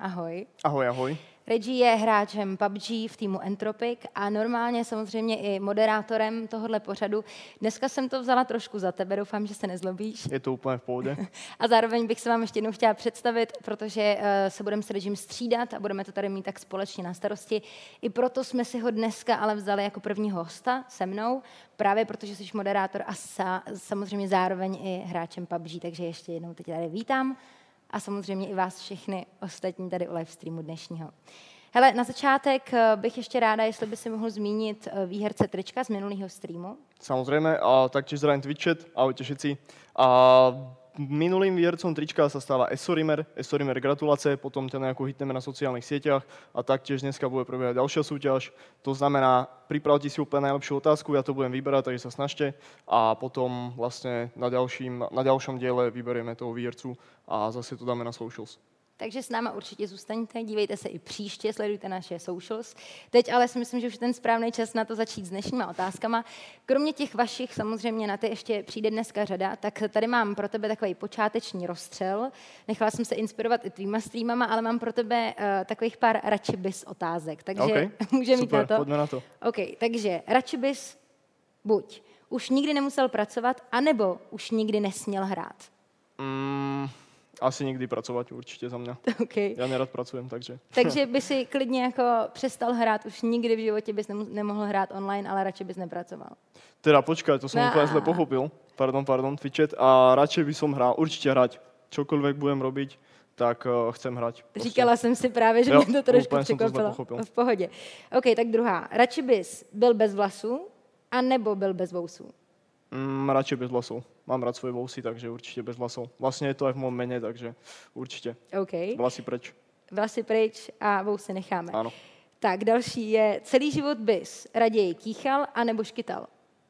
Ahoj. Ahoj, ahoj. Reggie je hráčem PUBG v týmu Entropic a normálně samozřejmě i moderátorem tohohle pořadu. Dneska jsem to vzala trošku za tebe, doufám, že se nezlobíš. Je to úplně v pohodě. A zároveň bych se vám ještě jednou chtěla představit, protože se budeme s Reggiem střídat a budeme to tady mít tak společně na starosti. I proto jsme si ho dneska ale vzali jako prvního hosta se mnou, právě protože jsi moderátor a samozřejmě zároveň i hráčem PUBG, takže ještě jednou teď tady vítám. A samozřejmě i vás všechny ostatní tady u live streamu dnešního. Hele, na začátek bych ještě ráda, jestli by si mohl zmínit výherce trička z minulého streamu. Samozrejme, a taktiež zdravím Twitchat, ahojte všetci. A minulým výhercom trička sa stáva Esorimer. Esorimer, gratulace, potom ťa nejako hitneme na sociálnych sieťach a taktiež dneska bude prebiehať ďalšia súťaž. To znamená, pripravte si úplne najlepšiu otázku, ja to budem vyberať, takže sa snažte a potom vlastne na ďalšom diele vyberieme toho výhercu a zase to dáme na socials. Takže s náma určitě zůstaňte, dívejte se i příště, sledujte naše socials. Teď ale si myslím, že už je ten správný čas na to začít s dnešníma otázkama. Kromě těch vašich, samozřejmě na ty ještě přijde dneska řada, tak tady mám pro tebe takový počáteční rozstřel. Nechala jsem se inspirovat i tvýma streamama, ale mám pro tebe takových pár radši bys otázek. Takže okay. můžeme Super, mít na to. Pojďme na to. OK, takže radši bys buď už nikdy nemusel pracovat, anebo už nikdy nesměl hrát. Asi nikdy pracovať, určite za mňa. Okay. Ja nerad pracujem, takže... Takže by si klidně jako přestal hrát, už nikdy v životě bys nemohl hrát online, ale radši bys nepracoval. Teda počkaj, to som úplne zle pochopil. Pardon, Twitchet. A radšej by som hral, určite hrať. Čokoľvek budem robiť, tak chcem hrať. Prostě. Říkala jsem si právě, že mě to trošku překvapilo. V pohodě. OK, tak druhá. Radši bys byl bez vlasů, anebo byl bez vousů? Radšej bez vlasov. Mám rád svoje vousy, takže určite bez vlasov. Vlastne je to aj v mojom mene, takže určite. OK. Vlasy preč. Vlasy preč a vousy necháme. Áno. Tak další je, celý život bys raději kýchal anebo škytal?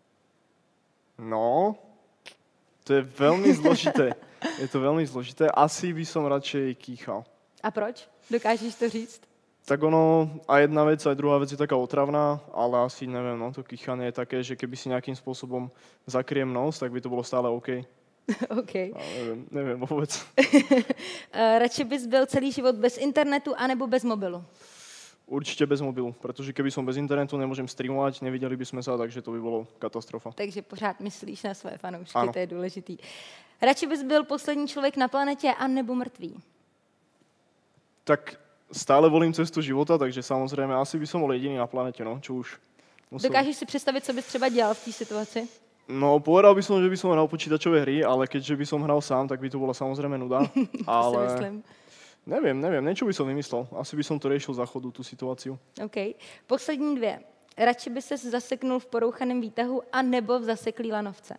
No, to je veľmi zložité. Je to veľmi zložité. Asi by som radšej kýchal. A proč? Dokážeš to říct? Tak ono, a jedna vec, aj druhá vec je taká otravná, ale asi neviem, no to kýchanie je také, že keby si nejakým spôsobom zakriem nos, tak by to bolo stále OK. OK. Neviem vôbec. Radši bys byl celý život bez internetu anebo bez mobilu? Určite bez mobilu, pretože keby som bez internetu nemôžem streamovať, nevideli by sme sa, takže to by bolo katastrofa. Takže pořád myslíš na své fanoušky, ano. To je důležitý. Radši bys byl poslední člověk na planetě anebo mrtvý? Tak stále volím cestu života, takže samozrejme asi by som bol jediný na planete, no, čo už musel. Dokážeš si představit, co bys třeba dělal v té situaci? No, povedal by som, že by som hral počítačové hry, ale keďže by som hral sám, tak by to bola samozrejme nuda. Ale si myslím. Neviem, niečo by som vymyslel. Asi by som to riešil za chodu, tú situáciu. OK. Poslední dvě. Radši by ses zaseknul v porouchaném výtahu anebo v zaseklý lanovce?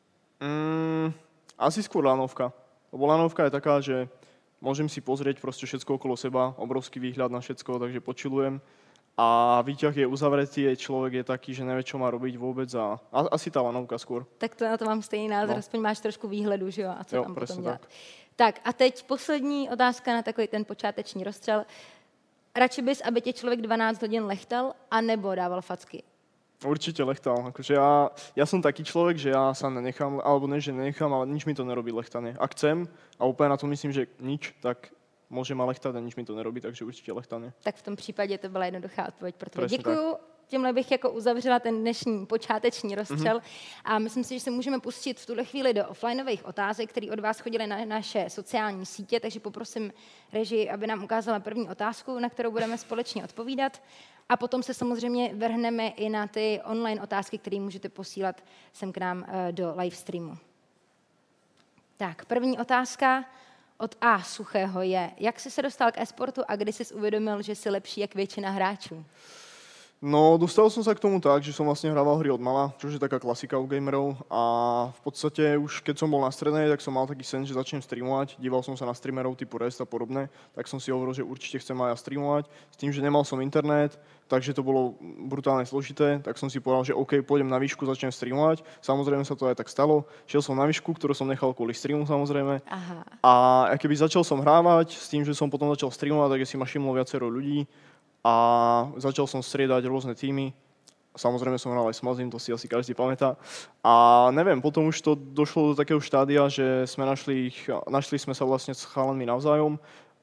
Asi skôr lanovka. Lebo lanovka je taká, že môžem si pozrieť proste všetko okolo seba, obrovský výhľad na všetko, takže počilujem. A výťah je uzavretý, človek je taký, že nevie, čo má robiť vôbec a asi tá lanovka skôr. Tak to na to mám stejný názor, No. aspoň máš trošku výhledu, že jo, a co jo, tam potom dělat. Tak. Tak a teď poslední otázka na takový ten počáteční rozstřel. Radši bys, aby tě člověk 12 hodin lechtal, anebo dával facky? Určite lechtal. Akože ja som taký človek, že ja sa nenechám, alebo ne, že nenechám, ale nič mi to nerobí lechtanie. Ak chcem, a úplne na to myslím, že nič, tak môže ma lechtať a nič mi to nerobí, takže určite lechtanie. Tak v tom případě to byla jednoduchá odpověď pro tebe. Presne Děkuju. Tímhle bych jako uzavřela ten dnešní počáteční rozstřel a myslím si, že se můžeme pustit v tuhle chvíli do offlineových otázek, které od vás chodily na naše sociální sítě, takže poprosím režii, aby nám ukázala první otázku, na kterou budeme společně odpovídat a potom se samozřejmě vrhneme i na ty online otázky, které můžete posílat sem k nám do live streamu. Tak, první otázka od A. Suchého je, jak jsi se dostal k e-sportu a kdy jsi uvědomil, že jsi lepší jak většina hráčů? No, dostal som sa k tomu tak, že som vlastne hrával hry od mala, čo je taká klasika u gamerov a v podstate už keď som bol na strednej, tak som mal taký sen, že začnem streamovať. Díval som sa na streamerov typu Rest a podobné, tak som si hovoril, že určite chcem aj ja streamovať. S tým, že nemal som internet, takže to bolo brutálne zložité, tak som si povedal, že OK, pôjdem na výšku, začnem streamovať. Samozrejme sa to aj tak stalo. Šiel som na výšku, ktorú som nechal kvôli streamu samozrejme. Aha. A keby začal som hrávať, s tým, že som potom začal streamovať, tak si ma všimlo viacero ľudí. A začal som striedať rôzne týmy. Samozrejme som hral aj s Mazim, to si asi každý pamätá. A neviem, potom už to došlo do takého štádia, že sme našli sme sa vlastne s chalanmi navzájom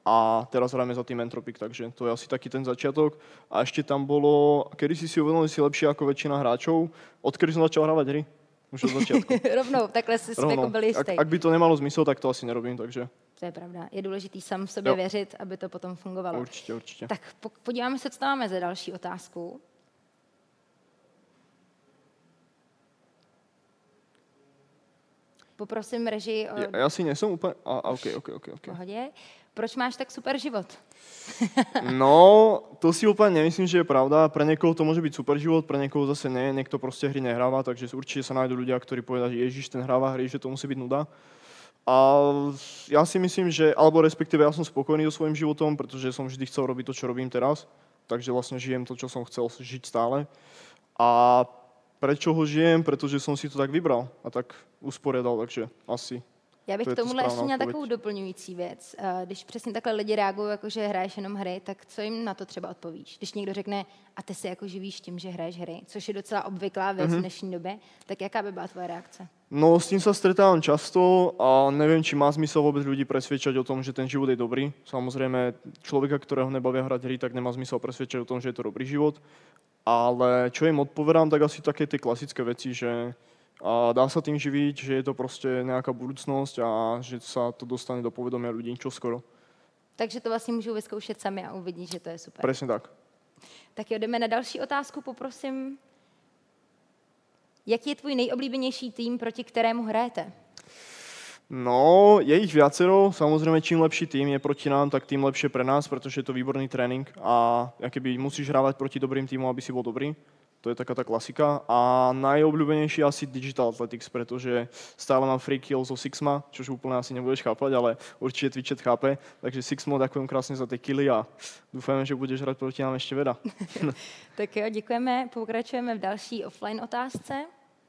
a teraz hrajeme za tým Entropic, takže to je asi taký ten začiatok. A ešte tam bolo, kedy si uvedomil, si lepšie ako väčšina hráčov, odkedy som začal hrávať hry. Už od začiatku. Rovnou, takhle si jako byl jistý. Ak by to nemalo zmysel, tak to asi nerobím, takže. To je pravda. Je důležitý sám v sobě věřit, aby to potom fungovalo. Určitě. Tak podíváme se, co tam máme za další otázku. Poprosím režii o... Ja si nesom úplne... OK. Pohodě. Proč máš tak super život? No, to si úplne nemyslím, že je pravda. Pre niekoho to môže byť super život, pre niekoho zase nie. Niekto proste hry nehráva, takže určite sa nájdú ľudia, ktorí povedia, že Ježiš, ten hráva hry, že to musí byť nuda. A ja si myslím, že, alebo respektíve ja som spokojný so svojím životom, pretože som vždy chcel robiť to, čo robím teraz. Takže vlastne žijem to, čo som chcel žiť stále. A prečo ho žijem? Pretože som si to tak vybral a tak usporiadal, takže asi. Já bych k tomuhle ještě měla takovou doplňující věc. Když přesně takhle lidi reagují, jako že hraješ jenom hry, tak co jim na to třeba odpovíš? Když někdo řekne, a ty se jako živíš tím, že hraješ hry, což je docela obvyklá věc v dnešní době, tak jaká by byla tvoje reakce? No, s tým sa stretávam často a neviem, či má zmysel vôbec ľudí presvedčať o tom, že ten život je dobrý. Samozrejme, človeka, ktorého nebavia hrať hry, tak nemá zmysel presvedčať o tom, že je to dobrý život. Ale čo im odpovedám, tak asi také tie klasické veci, že dá sa tým živiť, že je to proste nejaká budúcnosť a že sa to dostane do povedomia ľudí čoskoro. Takže to vlastně můžou vyzkoušet sami a uvidí, že to je super. Presne tak. Tak jo, jdeme na další otázku, poprosím. Jaký je tvůj nejoblíbenější tým, proti kterému hrajete? No, je ich viacero. Samozrejme, čím lepší tým je proti nám, tak tým lepšie pre nás, pretože je to výborný trénink a keby musíš hrávať proti dobrým týmom, aby si bol dobrý. To je taká tá klasika. A najobľúbenejší asi Digital Athletics, pretože stále mám free kill zo Sixma, čož úplne asi nebudeš chápať, ale určite Twitchet chápe. Takže Sixmo, ďakujem krásne za tie killy a dúfajme, že budeš hrať proti nám ešte veľa. Tak jo, děkujeme. Pokračujeme v další offline otázce.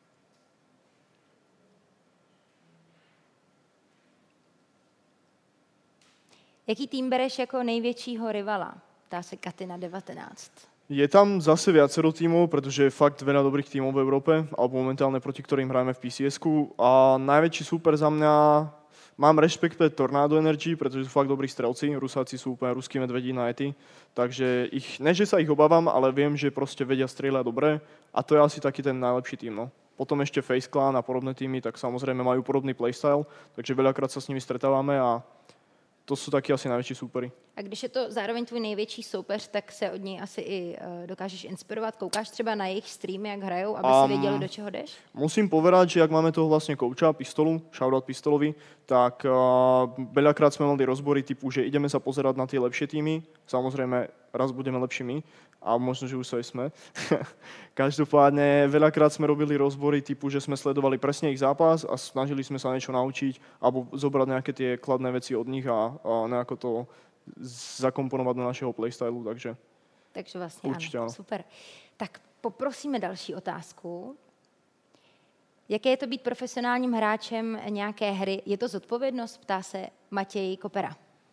Jaký tým bereš jako největšího rivala? Ptá se Katina 19. Je tam zase viacero tímov, pretože je fakt veľa dobrých tímov v Európe, alebo momentálne proti ktorým hrajeme v PCS-ku. A najväčší súper za mňa, mám rešpekt pre Tornado Energy, pretože sú fakt dobrí strelci. Rusáci sú úplne ruskí medvedí na ety. Takže ne, že sa ich obávam, ale viem, že proste vedia strieľať dobre. A to je asi taký ten najlepší tým. No. Potom ešte Face Clan a podobné týmy, tak samozrejme majú podobný playstyle, takže veľakrát sa s nimi stretávame a to jsou taky asi největší súpery. A když je to zároveň tvůj největší soupeř, tak se od něj asi i dokážeš inspirovat? Koukáš třeba na jejich streamy, jak hrajou, aby si věděli, do čeho jdeš? Musím povedať, že jak máme toho vlastne kouča, Pistolu, shoutout Pistolovi, tak veľakrát sme mali rozbory typu, že ideme sa pozerať na tie lepšie týmy. Samozrejme, raz budeme lepší my a možno, že už sa aj sme. Každopádne, veľakrát sme robili rozbory typu, že sme sledovali presne ich zápas a snažili sme sa niečo naučiť alebo zobrať nejaké tie kladné veci od nich a nejako to zakomponovat do našeho playstylu, takže vlastně určitě ano, super. Tak poprosíme další otázku. Jaké je to být profesionálním hráčem nějaké hry? Je to zodpovědnost? Ptá se Matěj Kopera.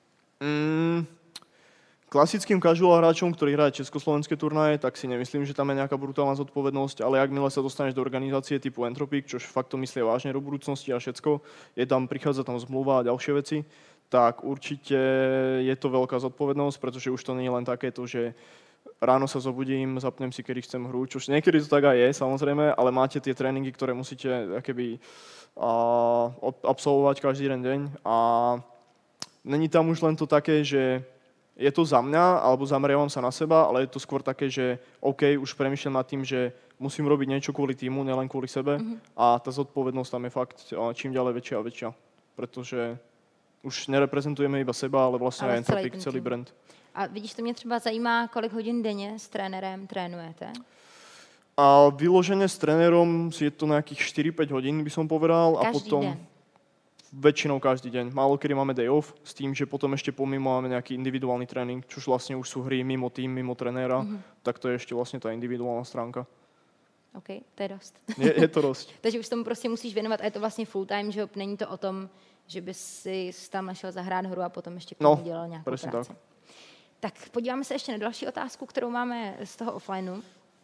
Klasickým casual hráčom, ktorí hrajú československé turnaje, tak si nemyslím, že tam je nejaká brutálna zodpovednosť, ale jakmile sa dostaneš do organizácie typu Entropic, čož fakt to myslí vážne do budúcnosti a všetko, prichádza tam zmluva a ďalšie veci, tak určite je to veľká zodpovednosť, pretože už to nie je len takéto, že ráno sa zobudím, zapnem si, kedy chcem hru, čož niekedy to tak aj je, samozrejme, ale máte tie tréningy, ktoré musíte akéby absolvovať každý jeden deň a není tam už len to také, že je to za mňa, alebo zameriavam sa na seba, ale je to skôr také, že OK, už premýšľam nad tým, že musím robiť niečo kvôli týmu, nielen kvôli sebe a tá zodpovednosť tam je fakt čím ďalej väčšia a väčšia, pretože už nereprezentujeme iba seba, ale vlastně ale Entropic, celý brand. A vidíš, to mě třeba zajímá, kolik hodin denně s trenérem trénujete? A vyloženě s trenérom je to nejakých 4-5 hodín, by som povedal. Každý a potom den? Väčšinou každý deň. Málo kedy máme day off, s tým, že potom ešte pomimo máme nejaký individuálny trénink, čož vlastne už sú hry mimo tým, mimo trenéra, tak to je ešte vlastne tá individuálna stránka. OK, to je dost. Je to dost. Takže už tomu prostě musíš věnovat a je to vlastně full time job, není to o tom, že by si tam našel zahrát hru a potom ještě k tomu dělal nějakou práci. Tak podíváme se ještě na další otázku, kterou máme z toho offlineu.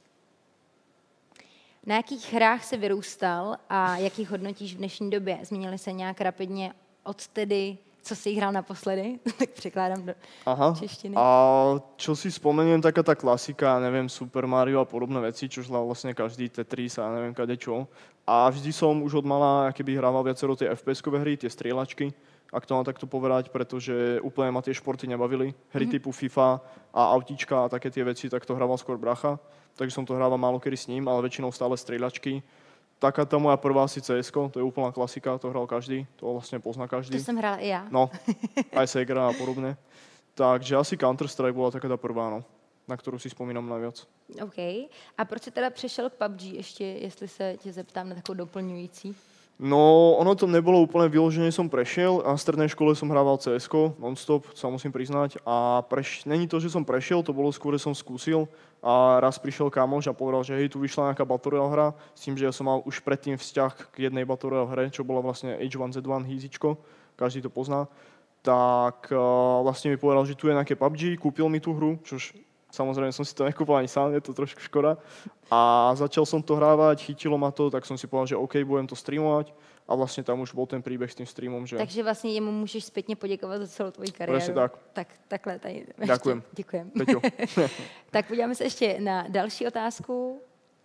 Na jakých hrách se vyrůstal a jakých hodnotíš v dnešní době? Změnily se nějak rapidně od tedy co jsi hrál naposledy, tak překládám do češtiny. A čo si spomeniem, taká tá klasika, neviem, Super Mario a podobné veci, čo hral vlastne každý Tetris a neviem kadečo. A vždy som už od mala keby hrával viacero tie FPS-kové hry, tie strieľačky, ak to mám takto povedať, pretože úplne ma tie športy nebavili. Hry typu FIFA a autíčka a také tie veci, tak to hrával skôr bracha. Takže som to hrával málo kedy s ním, ale väčšinou stále strieľačky. Taká tá moja prvá asi CS-ko, to je úplná klasika, to hral každý, to vlastne pozná každý. To som hrala i ja. No, aj Sega a podobne. Takže asi Counter-Strike bola taká tá prvá, no, na ktorú si spomínam najviac. OK. A proč jsi teda přešel k PUBG ještě, jestli se tě zeptám na takovou doplňující? No, ono to nebolo úplne vyložené, som prešiel a v strednej škole som hrával CS-ko non-stop, sa musím priznať. A není to, že som prešiel, to bolo skôr, že som skúsil a raz prišiel kamoš a povedal, že hej, tu vyšla nejaká Battle Royale hra, s tým, že ja som mal už predtým vzťah k jednej Battle Royale hre, čo bola vlastne H1Z1 hýzičko, každý to pozná. Tak vlastne mi povedal, že tu je nejaké PUBG, kúpil mi tú hru, čož samozrejme som si to nekúpil ani sám, je to trošku škoda. A začal som to hrávať, chytilo ma to, tak som si povedal, že OK, budem to streamovať. A vlastne tam už bol ten príbeh s tým streamom. Že... Takže vlastně jemu můžeš zpětně poděkovat za celou tvoji kariéru. Presne tak. Takhle tady. Ďakujem. Děkujem. Peťo. Tak podíváme se ještě na další otázku.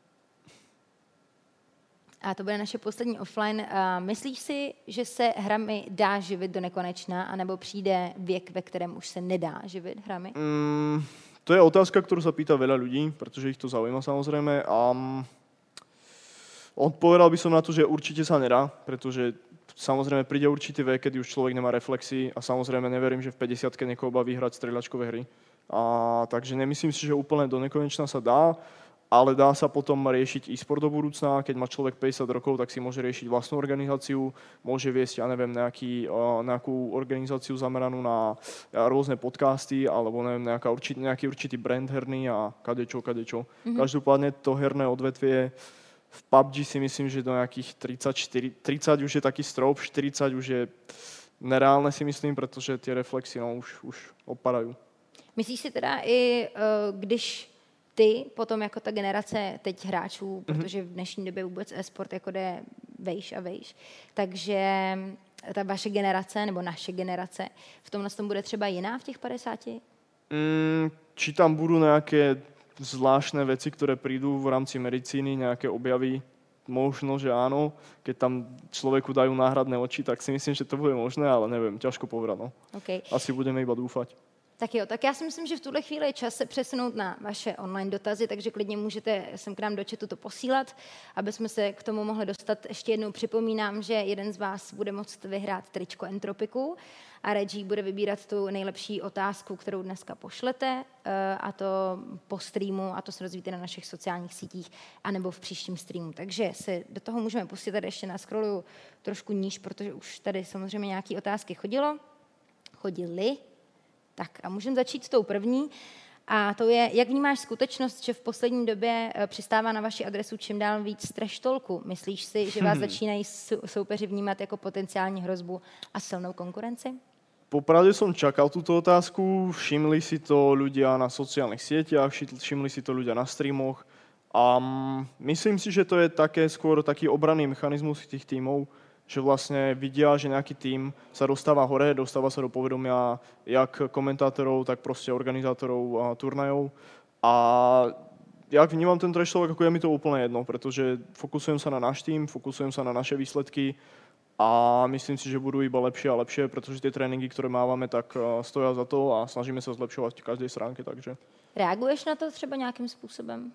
A to bude naše poslední offline. Myslíš si, že se hrami dá živit do nekonečna, anebo přijde věk, ve kterém už se nedá živit hrami? To je otázka, ktorú sa pýta veľa ľudí, pretože ich to zaujíma samozrejme. A odpovedal by som na to, že určite sa nedá, pretože samozrejme príde určitý vek, kedy už človek nemá reflexy a samozrejme neverím, že v 50-ke niekoho baví hrať strieľačkové hry. Takže nemyslím si, že úplne do nekonečna sa dá, ale dá sa potom riešiť e-sport do budúcna. Keď má človek 50 rokov, tak si môže riešiť vlastnú organizáciu, môže viesť, ja neviem, nejakú organizáciu zameranú na rôzne podcasty, alebo neviem, nejaký určitý brand herný a kadečo. Každopádne to herné odvetvie v PUBG si myslím, že do nejakých 30 už je taký strop, 40 už je nereálne si myslím, pretože tie reflexy už opadajú. Myslíš si teda i když ty potom jako ta generace teď hráčů, protože v dnešní době vůbec e-sport jako jde vejš a vejš, takže ta vaše generace nebo naše generace v tomhle tom bude třeba jiná v těch 50? Či tam budú nejaké zvláštne veci, ktoré prídu v rámci medicíny, nejaké objavy? Možno, že áno. Keď tam človeku dajú náhradné oči, tak si myslím, že to bude možné, ale neviem, ťažko povedať. No. Okay. Asi budeme iba dúfať. Tak jo, tak já si myslím, že v tuhle chvíli je čas se přesunout na vaše online dotazy, takže klidně můžete sem k nám do chatu to posílat, aby jsme se k tomu mohli dostat. Ještě jednou připomínám, že jeden z vás bude moct vyhrát tričko Entropiku a Reggie bude vybírat tu nejlepší otázku, kterou dneska pošlete, a to po streamu, a to se dozvíte na našich sociálních sítích, anebo v příštím streamu. Takže se do toho můžeme pustit, tady ještě nascrolluju trošku níž, protože už tady samozřejmě nějaké otázky chodily. Tak a můžeme začít s tou první. A to je, jak vnímáš skutečnost, že v poslední době přistává na vaši adresu čím dál víc trash talku? Myslíš si, že vás začínají soupeři vnímat jako potenciální hrozbu a silnou konkurenci? Popravde som čakal túto otázku. Všimli si to ľudia na sociálnych sieťach, všimli si to ľudia na streamoch. A myslím si, že to je skôr taký obranný mechanizmus tých tímov, že vlastne vidia, že nejaký tím sa dostáva hore, dostáva sa do povedomia jak komentátorov, tak proste organizátorov turnajov. A jak vnímam ten trash talk, ako je mi to úplne jedno, pretože fokusujem sa na náš tím, fokusujem sa na naše výsledky a myslím si, že budú iba lepšie a lepšie, pretože tie tréningy, ktoré mávame, tak stoja za to a snažíme sa zlepšovať v každej stránke. Takže. Reaguješ na to třeba nejakým spôsobom?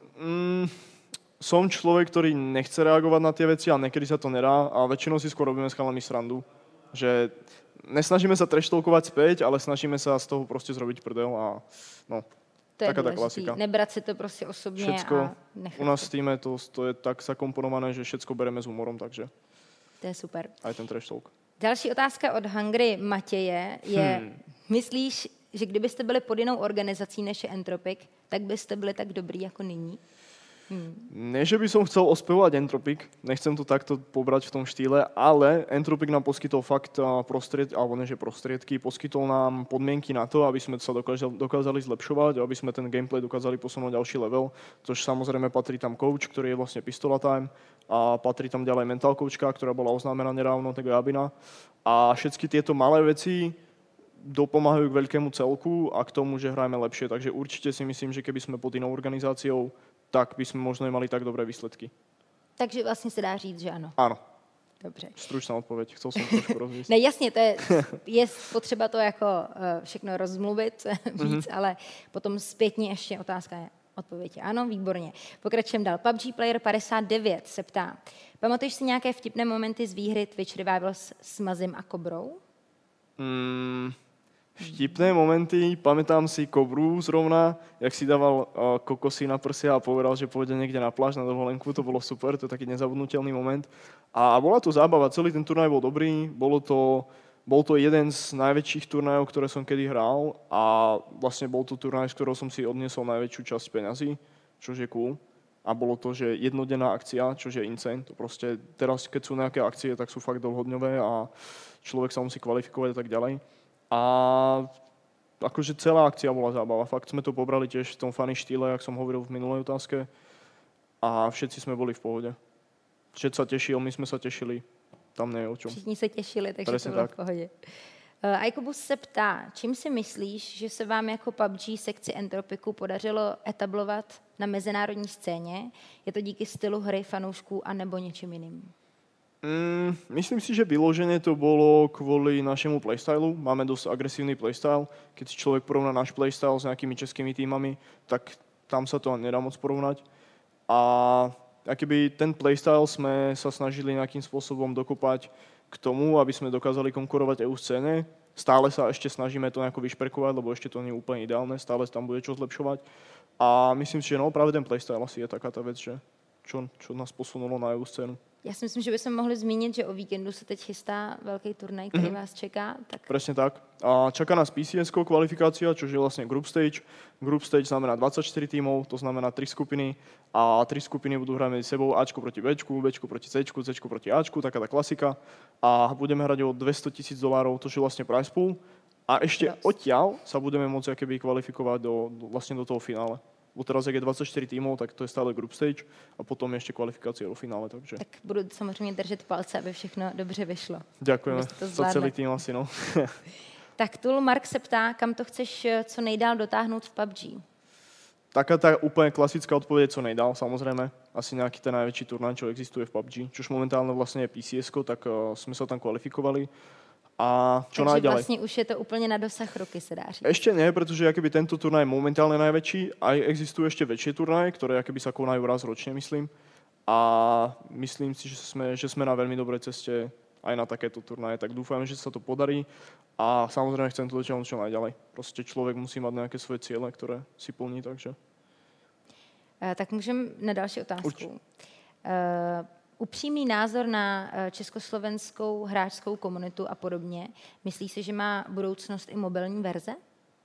Som človek, ktorý nechce reagovať na tie veci a niekedy sa to nedá a väčšinou si skôr robíme s chalami srandu. Že nesnažíme sa trashtalkovať späť, ale snažíme sa z toho proste zrobiť prdel a no, to taká je tá klasika. Nebrat si to proste osobne všetko, a nechat. U nás v týme to je tak zakomponované, že všetko bereme s humorom, takže to je super. Aj ten trashtalk. Další otázka od Hungry Matěje je, myslíš, že kdybyste byli pod jinou organizací než je Entropic, tak byste byli tak dobrý jako nyní? Nie, že by som chcel ospevovať Entropic, nechcem to takto pobrať v tom štýle, ale Entropic nám poskytol fakt prostriedky, poskytol nám podmienky na to, aby sme sa dokázali zlepšovať, aby sme ten gameplay dokázali posunúť ďalší level, což samozrejme patrí tam coach, ktorý je vlastne Pistola Time a patrí tam ďalej mental coachka, ktorá bola oznámená nedávno, tak Jabina. A všetky tieto malé veci dopomáhajú k veľkému celku a k tomu, že hrajeme lepšie. Takže určite si myslím, že keby sme pod inou organizáciou, tak by sme možno nemali tak dobré výsledky. Takže vlastně se dá říct, že ano. Áno. Dobře. Stručná odpověď, chcel jsem trošku rozvíjet. Ne, jasně, to je potřeba to jako všechno rozmluvit víc, ale potom zpětně ještě otázka je odpověď. Ano, výborně. Pokračujeme dál. PUBG Player 59 se ptá. Pamatuješ si nějaké vtipné momenty z výhry Twitch Rivals s Mazim a Kobrou? Vtipné momenty, pamätám si Kobru zrovna, jak si dával kokosy na prsia a povedal, že pôjde niekde na pláž na dovolenku, to bolo super, to je taký nezabudnutelný moment. A bola to zábava, celý ten turnaj bol dobrý, bol to jeden z najväčších turnajov, ktoré som kedy hral a vlastne bol to turnaj, z ktorého som si odniesol najväčšiu časť peňazí, čo je cool. A bolo to, že jednodenná akcia, čo je insane. To proste teraz, keď sú nejaké akcie, tak sú fakt dlhodňové a človek sa musí kvalifikovať a tak ďalej. A akože celá akcia bola zábava. Fakt sme to pobrali tiež v tom funny štýle, jak som hovoril v minulej otázke. A všetci sme boli v pohode. Všetci sa tešil, my sme sa tešili. Tam nie je o čom. Všichni se těšili, takže Presne to bylo tak. v pohodě. Aikobus se ptá, čím si myslíš, že se vám jako PUBG sekci Entropiku podařilo etablovat na mezinárodní scéně? Je to díky stylu hry, fanoušků a nebo něčím jiným? Myslím si, že vyloženie to bolo kvôli našemu playstylu. Máme dosť agresívny playstyle. Keď si človek porovná náš playstyle s nejakými českými týmami, tak tam sa to nedá moc porovnať. A akýby ten playstyle sme sa snažili nejakým spôsobom dokopať k tomu, aby sme dokázali konkurovať EU scéne. Stále sa ešte snažíme to nejako vyšperkovať, lebo ešte to nie je úplne ideálne. Stále tam bude čo zlepšovať. A myslím si, že práve ten playstyle asi je taká tá vec, že čo nás posunulo na EU scénu. Já si myslím, že bychom mohli zmínit, že o víkendu se teď chystá velký turnaj, který vás čeká. Tak... Presne tak. A čaká nás PCS kvalifikácia, čo je vlastne group stage. Group stage znamená 24 tímov, to znamená 3 skupiny a 3 skupiny budú hrať medzi sebou Ačko proti Bčku, Bčku proti Cčku, Cčku proti Ačku, taká tá klasika. A budeme hrať o $200,000, to je vlastne prize pool. A ešte odtiaľ sa budeme môcť akéby kvalifikovať vlastne do toho finále. Bo teraz, jak je 24 tímov, tak to je stále group stage a potom je ještě kvalifikace do finále. Takže. Tak budu samozřejmě držet palce, aby všechno dobře vyšlo. Děkujeme za celý tým asi, no. Tak Tul Mark se ptá, kam to chceš co nejdál dotáhnout v PUBG? Taká tá úplne klasická odpoveď, co nejdál, samozrejme. Asi nejaký ten najväčší turnaj, čo existuje v PUBG. Čož momentálne vlastne je PCS, tak sme sa tam kvalifikovali. A čo takže najďalej? vlastne už je to úplne na dosah ruky, se dá říct. Ešte nie, pretože akoby tento turnaj je momentálne najväčší. Aj existujú ešte väčšie turnaje, ktoré akoby sa konajú raz ročne, myslím. A myslím si, že sme na veľmi dobrej ceste aj na takéto turnaje. Tak dúfam, že sa to podarí. A samozrejme chcem to dotiahnuť čo najďalej. Proste človek musí mať nejaké svoje ciele, ktoré si plní, takže... Tak můžeme na další otázku. Upřímný názor na československou hráčskou komunitu a podobně. Myslíš si, že má budoucnost i mobilní verze?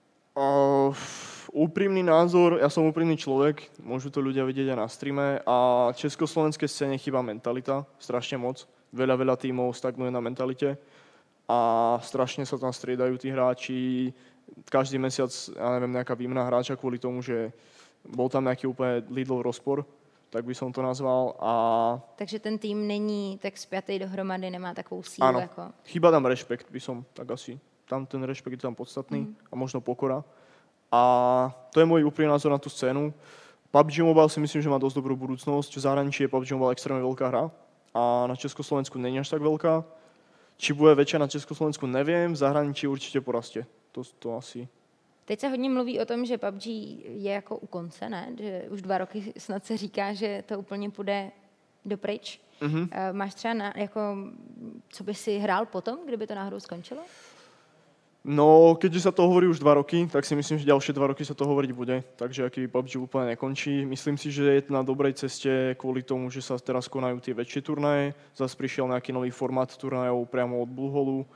Úprimný názor, ja som úprimný človek, môžu to ľudia vidieť aj na streame a československej scéne chýba mentalita, strašne moc. Veľa tímov stagnuje na mentalite a strašne sa tam striedajú tí hráči. Každý mesiac, ja neviem, nejaká výmena hráča kvôli tomu, že bol tam nejaký úplne Lidlov rozpor, tak by som to nazval. Takže ten tým není tak spjatý dohromady, nemá takovou sílu? Áno, jako... chýba tam rešpekt, by som tak asi. Tam ten rešpekt je tam podstatný a možno pokora. A to je môj úprimný názor na tú scénu. PUBG Mobile si myslím, že má dosť dobrú budúcnosť. V zahraničí je PUBG Mobile extrémne veľká hra a na Československu není až tak veľká. Či bude väčšia na Československu, neviem. V zahraničí určite porastie. To asi... Teď se hodně mluví o tom, že PUBG je jako u konce, ne? Že už 2 roky snad se říká, že to úplně půjde dopryč. Máš třeba co by si hrál potom, kdyby to náhodou skončilo? No, keďže sa to hovorí už 2 roky, tak si myslím, že ďalšie 2 roky sa to hovoriť bude. Takže aký PUBG úplne nekončí. Myslím si, že je na dobrej ceste kvôli tomu, že sa teraz konajú tie väčšie turnaje. Zas prišiel nejaký nový formát turnajov priamo od Blueholu.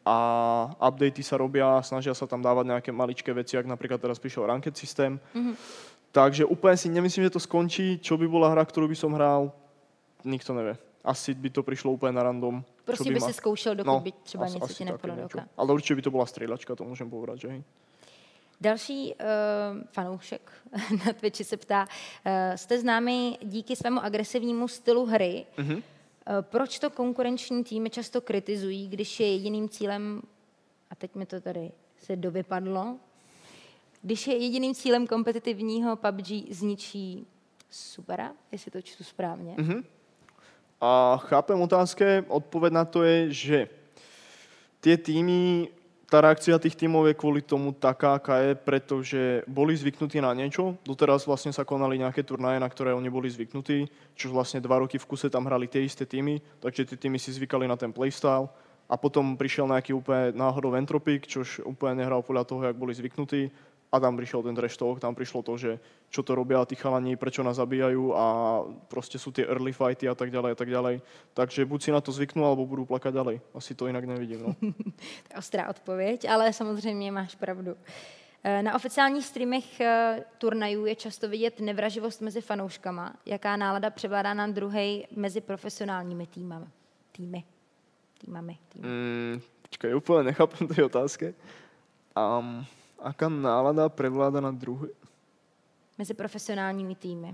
a updaty sa robia, snažia sa tam dávať nejaké maličké veci, jak napríklad teraz prišiel ranked systém. Takže úplne si nemyslím, že to skončí. Čo by bola hra, ktorú by som hral, nikto nevie. Asi by to prišlo úplne na random. Prostě by si zkoušel, dokud by třeba něco ti nepadlo do oka. Ale určite by to bola strieľačka, to môžem povedať, že hej. Další fanoušek na Twitchi se ptá, jste známý díky svému agresivnímu stylu hry. Proč to konkurenční týmy často kritizují, když je jediným cílem, a teď mi to tady se dovypadlo, když je jediným cílem kompetitivního PUBG zničí supera, jestli to čtu správně. A chápem otázke, odpoveď na to je, že tie týmy, tá reakcia tých tímov je kvôli tomu taká, aká je, pretože boli zvyknutí na niečo. Doteraz vlastne sa konali nejaké turnaje, na ktoré oni boli zvyknutí, čo vlastne 2 roky v kuse tam hrali tie isté týmy, takže tie týmy si zvykali na ten playstyle. A potom prišiel nejaký úplne náhodou Entropic, čož úplne nehral podľa toho, jak boli zvyknutí. A tam prišiel ten trash talk, tam prišlo to, že čo to robia tí chalani, prečo nás zabíjajú a proste sú tie early fighty a tak ďalej a tak ďalej. Takže buď si na to zvyknú, alebo budú plakať ďalej. Asi to inak nevidím. No. To je ostrá odpověď, ale samozřejmě máš pravdu. Na oficiálních streamech turnajů je často vidět nevraživost mezi fanouškama. Jaká nálada převládá na druhej mezi profesionálními týmy? Počkaj, úplne nechápem tej otázke. Aká nálada prevláda na druhé? Mezi profesionálními týmy.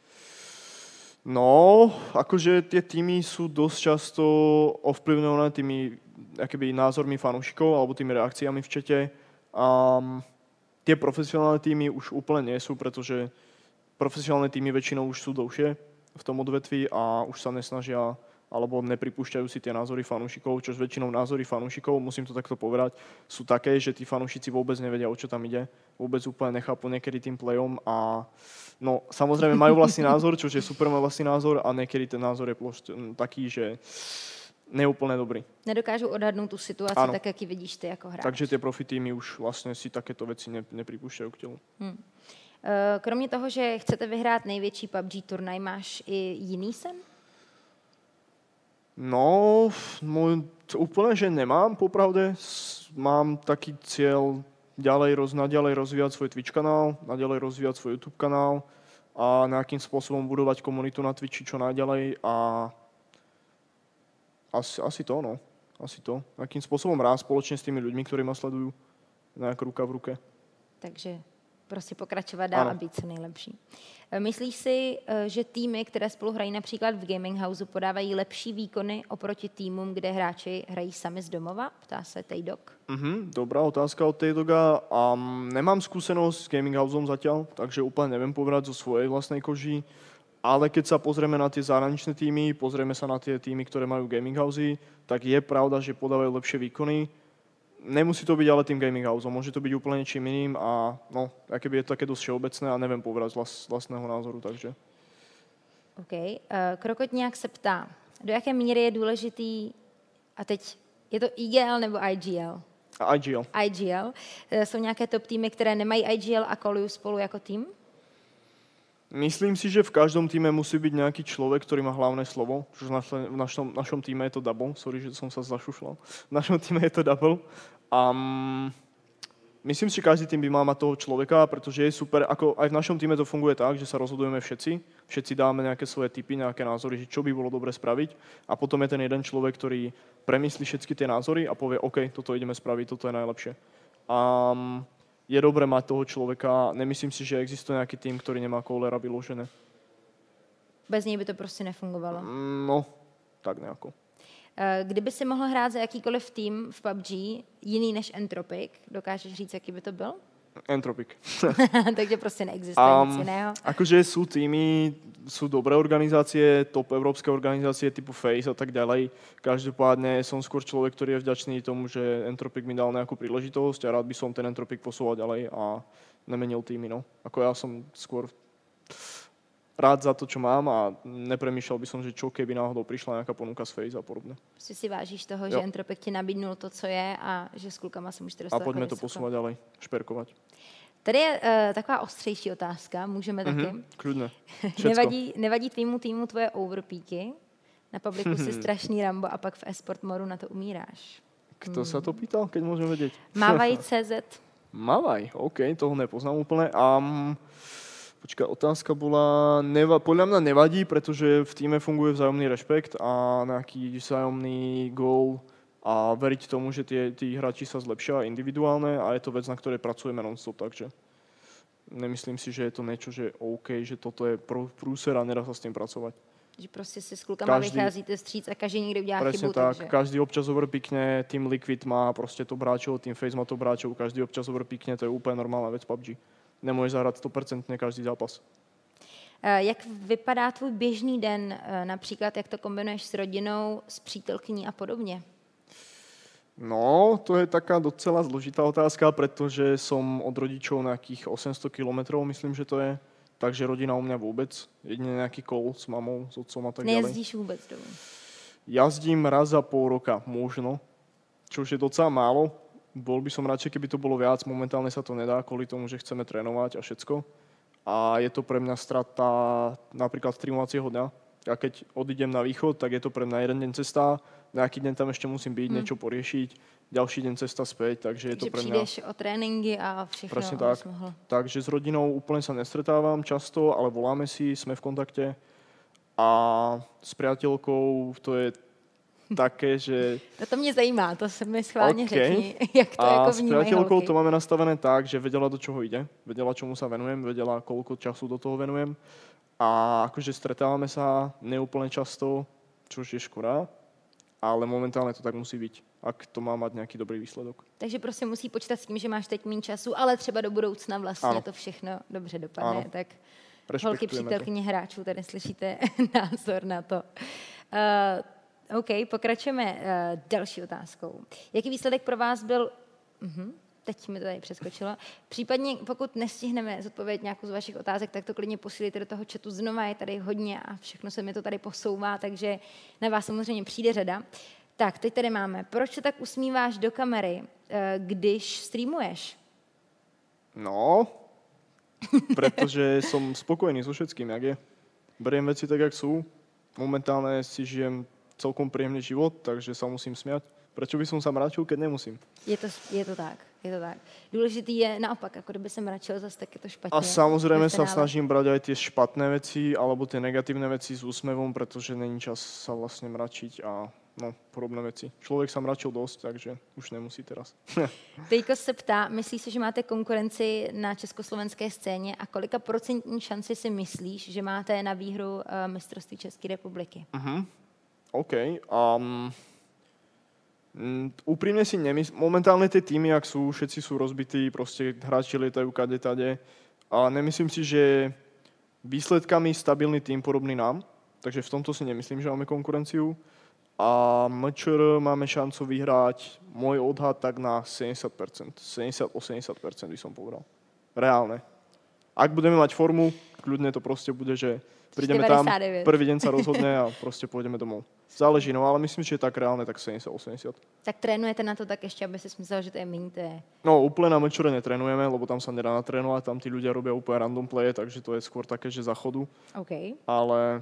No, akože tie týmy sú dosť často ovplyvňované tými akoby názormi fanúšikov alebo tými reakciami v čete. Tie profesionálne týmy už úplne nie sú, pretože profesionálne týmy väčšinou už sú dlhšie v tom odvetví a už sa nesnažia alebo nepripúšťajú si tie názory fanúšikov, čož väčšinou názory fanúšikov, musím to takto povedať, sú také, že tí fanúšici vôbec nevedia, o čo tam ide. Vôbec úplne nechápu niekedy tým playom a no, samozrejme majú vlastný názor, čož je super, má vlastný názor a niekedy ten názor je taký, že neúplne dobrý. Nedokážu odhadnúť tú situáciu tak, jak ji vidíš ty jako hráč. Takže tie profi týmy už vlastne si takéto veci nepripúšťajú k telu. Kromě toho, že chcete vyhrát největší PUBG turnaj, máš i jiný sen? No, úplne, že nemám, popravde. Mám taký cieľ naďalej rozvíjať svoj Twitch kanál, naďalej rozvíjať svoj YouTube kanál a nejakým spôsobom budovať komunitu na Twitchi čo najďalej a asi to, no. Asi to. Nejakým spôsobom rád spoločne s tými ľuďmi, ktorí ma sledujú, nejak ruka v ruke. Takže prostě pokračovat dál a být co nejlepší. Myslíš si, že týmy, které spolu hrají například v Gaming Houseu, podávají lepší výkony oproti týmům, kde hráči hrají sami z domova? Ptá se Tejdok. Dobrá otázka od Tejdoga. Nemám skúsenosť s Gaming Houseom zatiaľ, takže úplne neviem povedať zo svojej vlastnej koži. Ale keď sa pozrieme na tie zahraničné týmy, pozrieme sa na tie týmy, ktoré majú Gaming Housey, tak je pravda, že podávajú lepšie výkony. Nemusí to byť ale tým Gaming Houseom, môže to byť úplne niečím iným a no, akéby je to také dosť všeobecné a neviem povedať z vlastného názoru, takže. OK. Krokotňák se ptá, do jaké míry je důležitý, a teď je to IGL nebo IGL? IGL. IGL. Jsou nějaké top týmy, které nemají IGL a kolují spolu jako tým? Myslím si, že v každom týme musí byť nejaký človek, ktorý má hlavné slovo. V našom týme je to Double. Sorry, že som sa zašušľal. V našom týme je to Double. Myslím si, že každý tým by mal mať toho človeka, pretože je super. Ako aj v našom týme to funguje tak, že sa rozhodujeme všetci. Všetci dáme nejaké svoje tipy, nejaké názory, že čo by bolo dobre spraviť. A potom je ten jeden človek, ktorý premyslí všetky tie názory a povie, OK, toto ideme spraviť, toto je najlepšie. Je dobré mať toho človeka. Nemyslím si, že existuje nejaký tým, ktorý nemá koulera vyložené. Bez něj by to prostě nefungovalo. No, tak nejako. Kdyby si mohl hrát za jakýkoliv tým v PUBG, jiný než Entropic, dokážeš říct, jaký by to byl? Entropic. Takže prostě neexistuje nic jiného. Akože sú týmy, sú dobré organizácie, top európske organizácie typu FaZe a tak ďalej. Každopádne som skôr človek, ktorý je vďačný tomu, že Entropic mi dal nejakú príležitosť a rád by som ten Entropic posúval ďalej a nemenil týmy. No. Ako ja som skôr rád za to, čo mám a nepremýšľal by som, že čo keby náhodou prišla nejaká ponuka z FaZe a podobne. Prostě si vážíš toho, že Entropic ti nabídnul to, co je a že s klukama se můžete dostat. A poďme to posúvať ďalej, šperkovať. Tady je taková ostřejší otázka, můžeme taky. Kľudne. Nevadí tvýmu týmu tvoje overpeaky? Na publiku si strašný Rambo a pak v esport modu na to umíráš. Kto sa to pýtal, keď môžem vedieť? Mávaj.cz. Mávaj, OK, toho nepoznám úplne. Počkaj, otázka bola, podľa mňa nevadí, pretože v týme funguje vzájomný rešpekt a nejaký vzájomný gól a veriť tomu, že tí hráči sa zlepšia individuálne a je to vec, na ktorej pracujeme non-stop, takže nemyslím si, že je to niečo, že OK, že toto je prúser a nedá sa s tým pracovať. Že prostě si s klukama vycházíte vstříc a každý někde udělá chybu. Presne tak, takže každý občas overpikne, Team Liquid má prostě top hráčov, Team FaZe má top hráčov, každý občas overpikne, to je úplne normálna vec PUBG. Nemôžeš zahrať 100% každý zápas. Jak vypadá tvůj běžný den, například jak to kombinuješ s rodinou, s přítelkyní a podobně? No, to je taká docela zložitá otázka, pretože som od rodičov nejakých 800 kilometrov, myslím, že to je. Takže rodina u mňa vôbec. Jedine nejaký kol s mamou, s otcom a tak ďalej. Nejezdíš vôbec domů? Jazdím raz za pol roka, možno. Čo už je docela málo. Bol by som radšej, keby to bolo viac. Momentálne sa to nedá, kvôli tomu, že chceme trénovať a všetko. A je to pre mňa strata napríklad streamovacieho dňa. Ja keď odídem na východ, tak je to pre mňa jeden deň cesta. Nejaký deň tam ešte musím byť, niečo poriešiť. Ďalší deň cesta späť, takže je to pre mňa... přijdeš o tréninky a všechno. Presne tak. Takže s rodinou úplne sa nestretávam často, ale voláme si, sme v kontakte. A s priateľkou to je také, že... To mě zajímá, to se mi schválně řekni, jak to jako vnímají holky. A s priateľkou to máme nastavené tak, že vedela, do čoho ide, vedela, čomu sa venujem, vedela, koľko času do toho venujem. A akože stretávame sa neúplne často, čož je škoda, ale momentálne to tak musí byť, ak to má mať nějaký dobrý výsledok. Takže prostě musí počítat s tím, že máš teď méně času, ale třeba do budoucna vlastně ano. To všechno dobře dopadne. Ano. Tak holky, přítelkyně hráčů, tady slyšíte názor na to. OK, pokračujeme další otázkou. Jaký výsledek pro vás byl... Teď mi to tady přeskočilo. Případně, pokud nestihneme zodpovědět nějakou z vašich otázek, tak to klidně posílejte do toho chatu znova, je tady hodně a všechno se mi to tady posouvá, takže na vás samozřejmě přijde řada. Tak, teď tady máme. Proč se tak usmíváš do kamery, když streamuješ? No, pretože som spokojný so všetkým, jak je. Beriem veci tak, jak sú. Momentálne si žijem celkom príjemný život, takže sa musím smiať. Prečo by som sa mračil, keď nemusím? Je to tak. Důležitý je naopak, ako kdyby sa mračil, zase tak je to špatně. A samozrejme sa snažím brať aj tie špatné veci, alebo tie negatívne veci s úsmevom, pretože není čas sa vlastne mračiť a podobné veci. Človek sa mračil dosť, takže už nemusí teraz. Tejko se ptá, myslíš si, že máte konkurenci na československé scéně a kolika procentní šanci si myslíš, že máte na výhru mistrovství České republiky? OK. Úprimne si nemyslím, momentálne tie týmy, jak sú, všetci sú rozbití, proste hráči lietajú kade-tade a nemyslím si, že výsledkami stabilný tým podobný nám, takže v tomto si nemyslím, že máme konkurenciu a MČR máme šancu vyhrať môj odhad tak na 70%, 70-80% by som povedal. Reálne. Ak budeme mať formu, kľudne to proste bude, že prídeme 99. Tam, prvý deň sa rozhodne a proste pôjdeme domov. Záleží, ale myslím, že je tak reálne, tak 70-80. Tak trénujete na to tak ešte, aby si myslel, že to je méně, to je... No, úplne na mečure netrénujeme, lebo tam sa nedá natrénovať, tam tí ľudia robia úplne random playe, takže to je skôr také, že za chodu. OK. Ale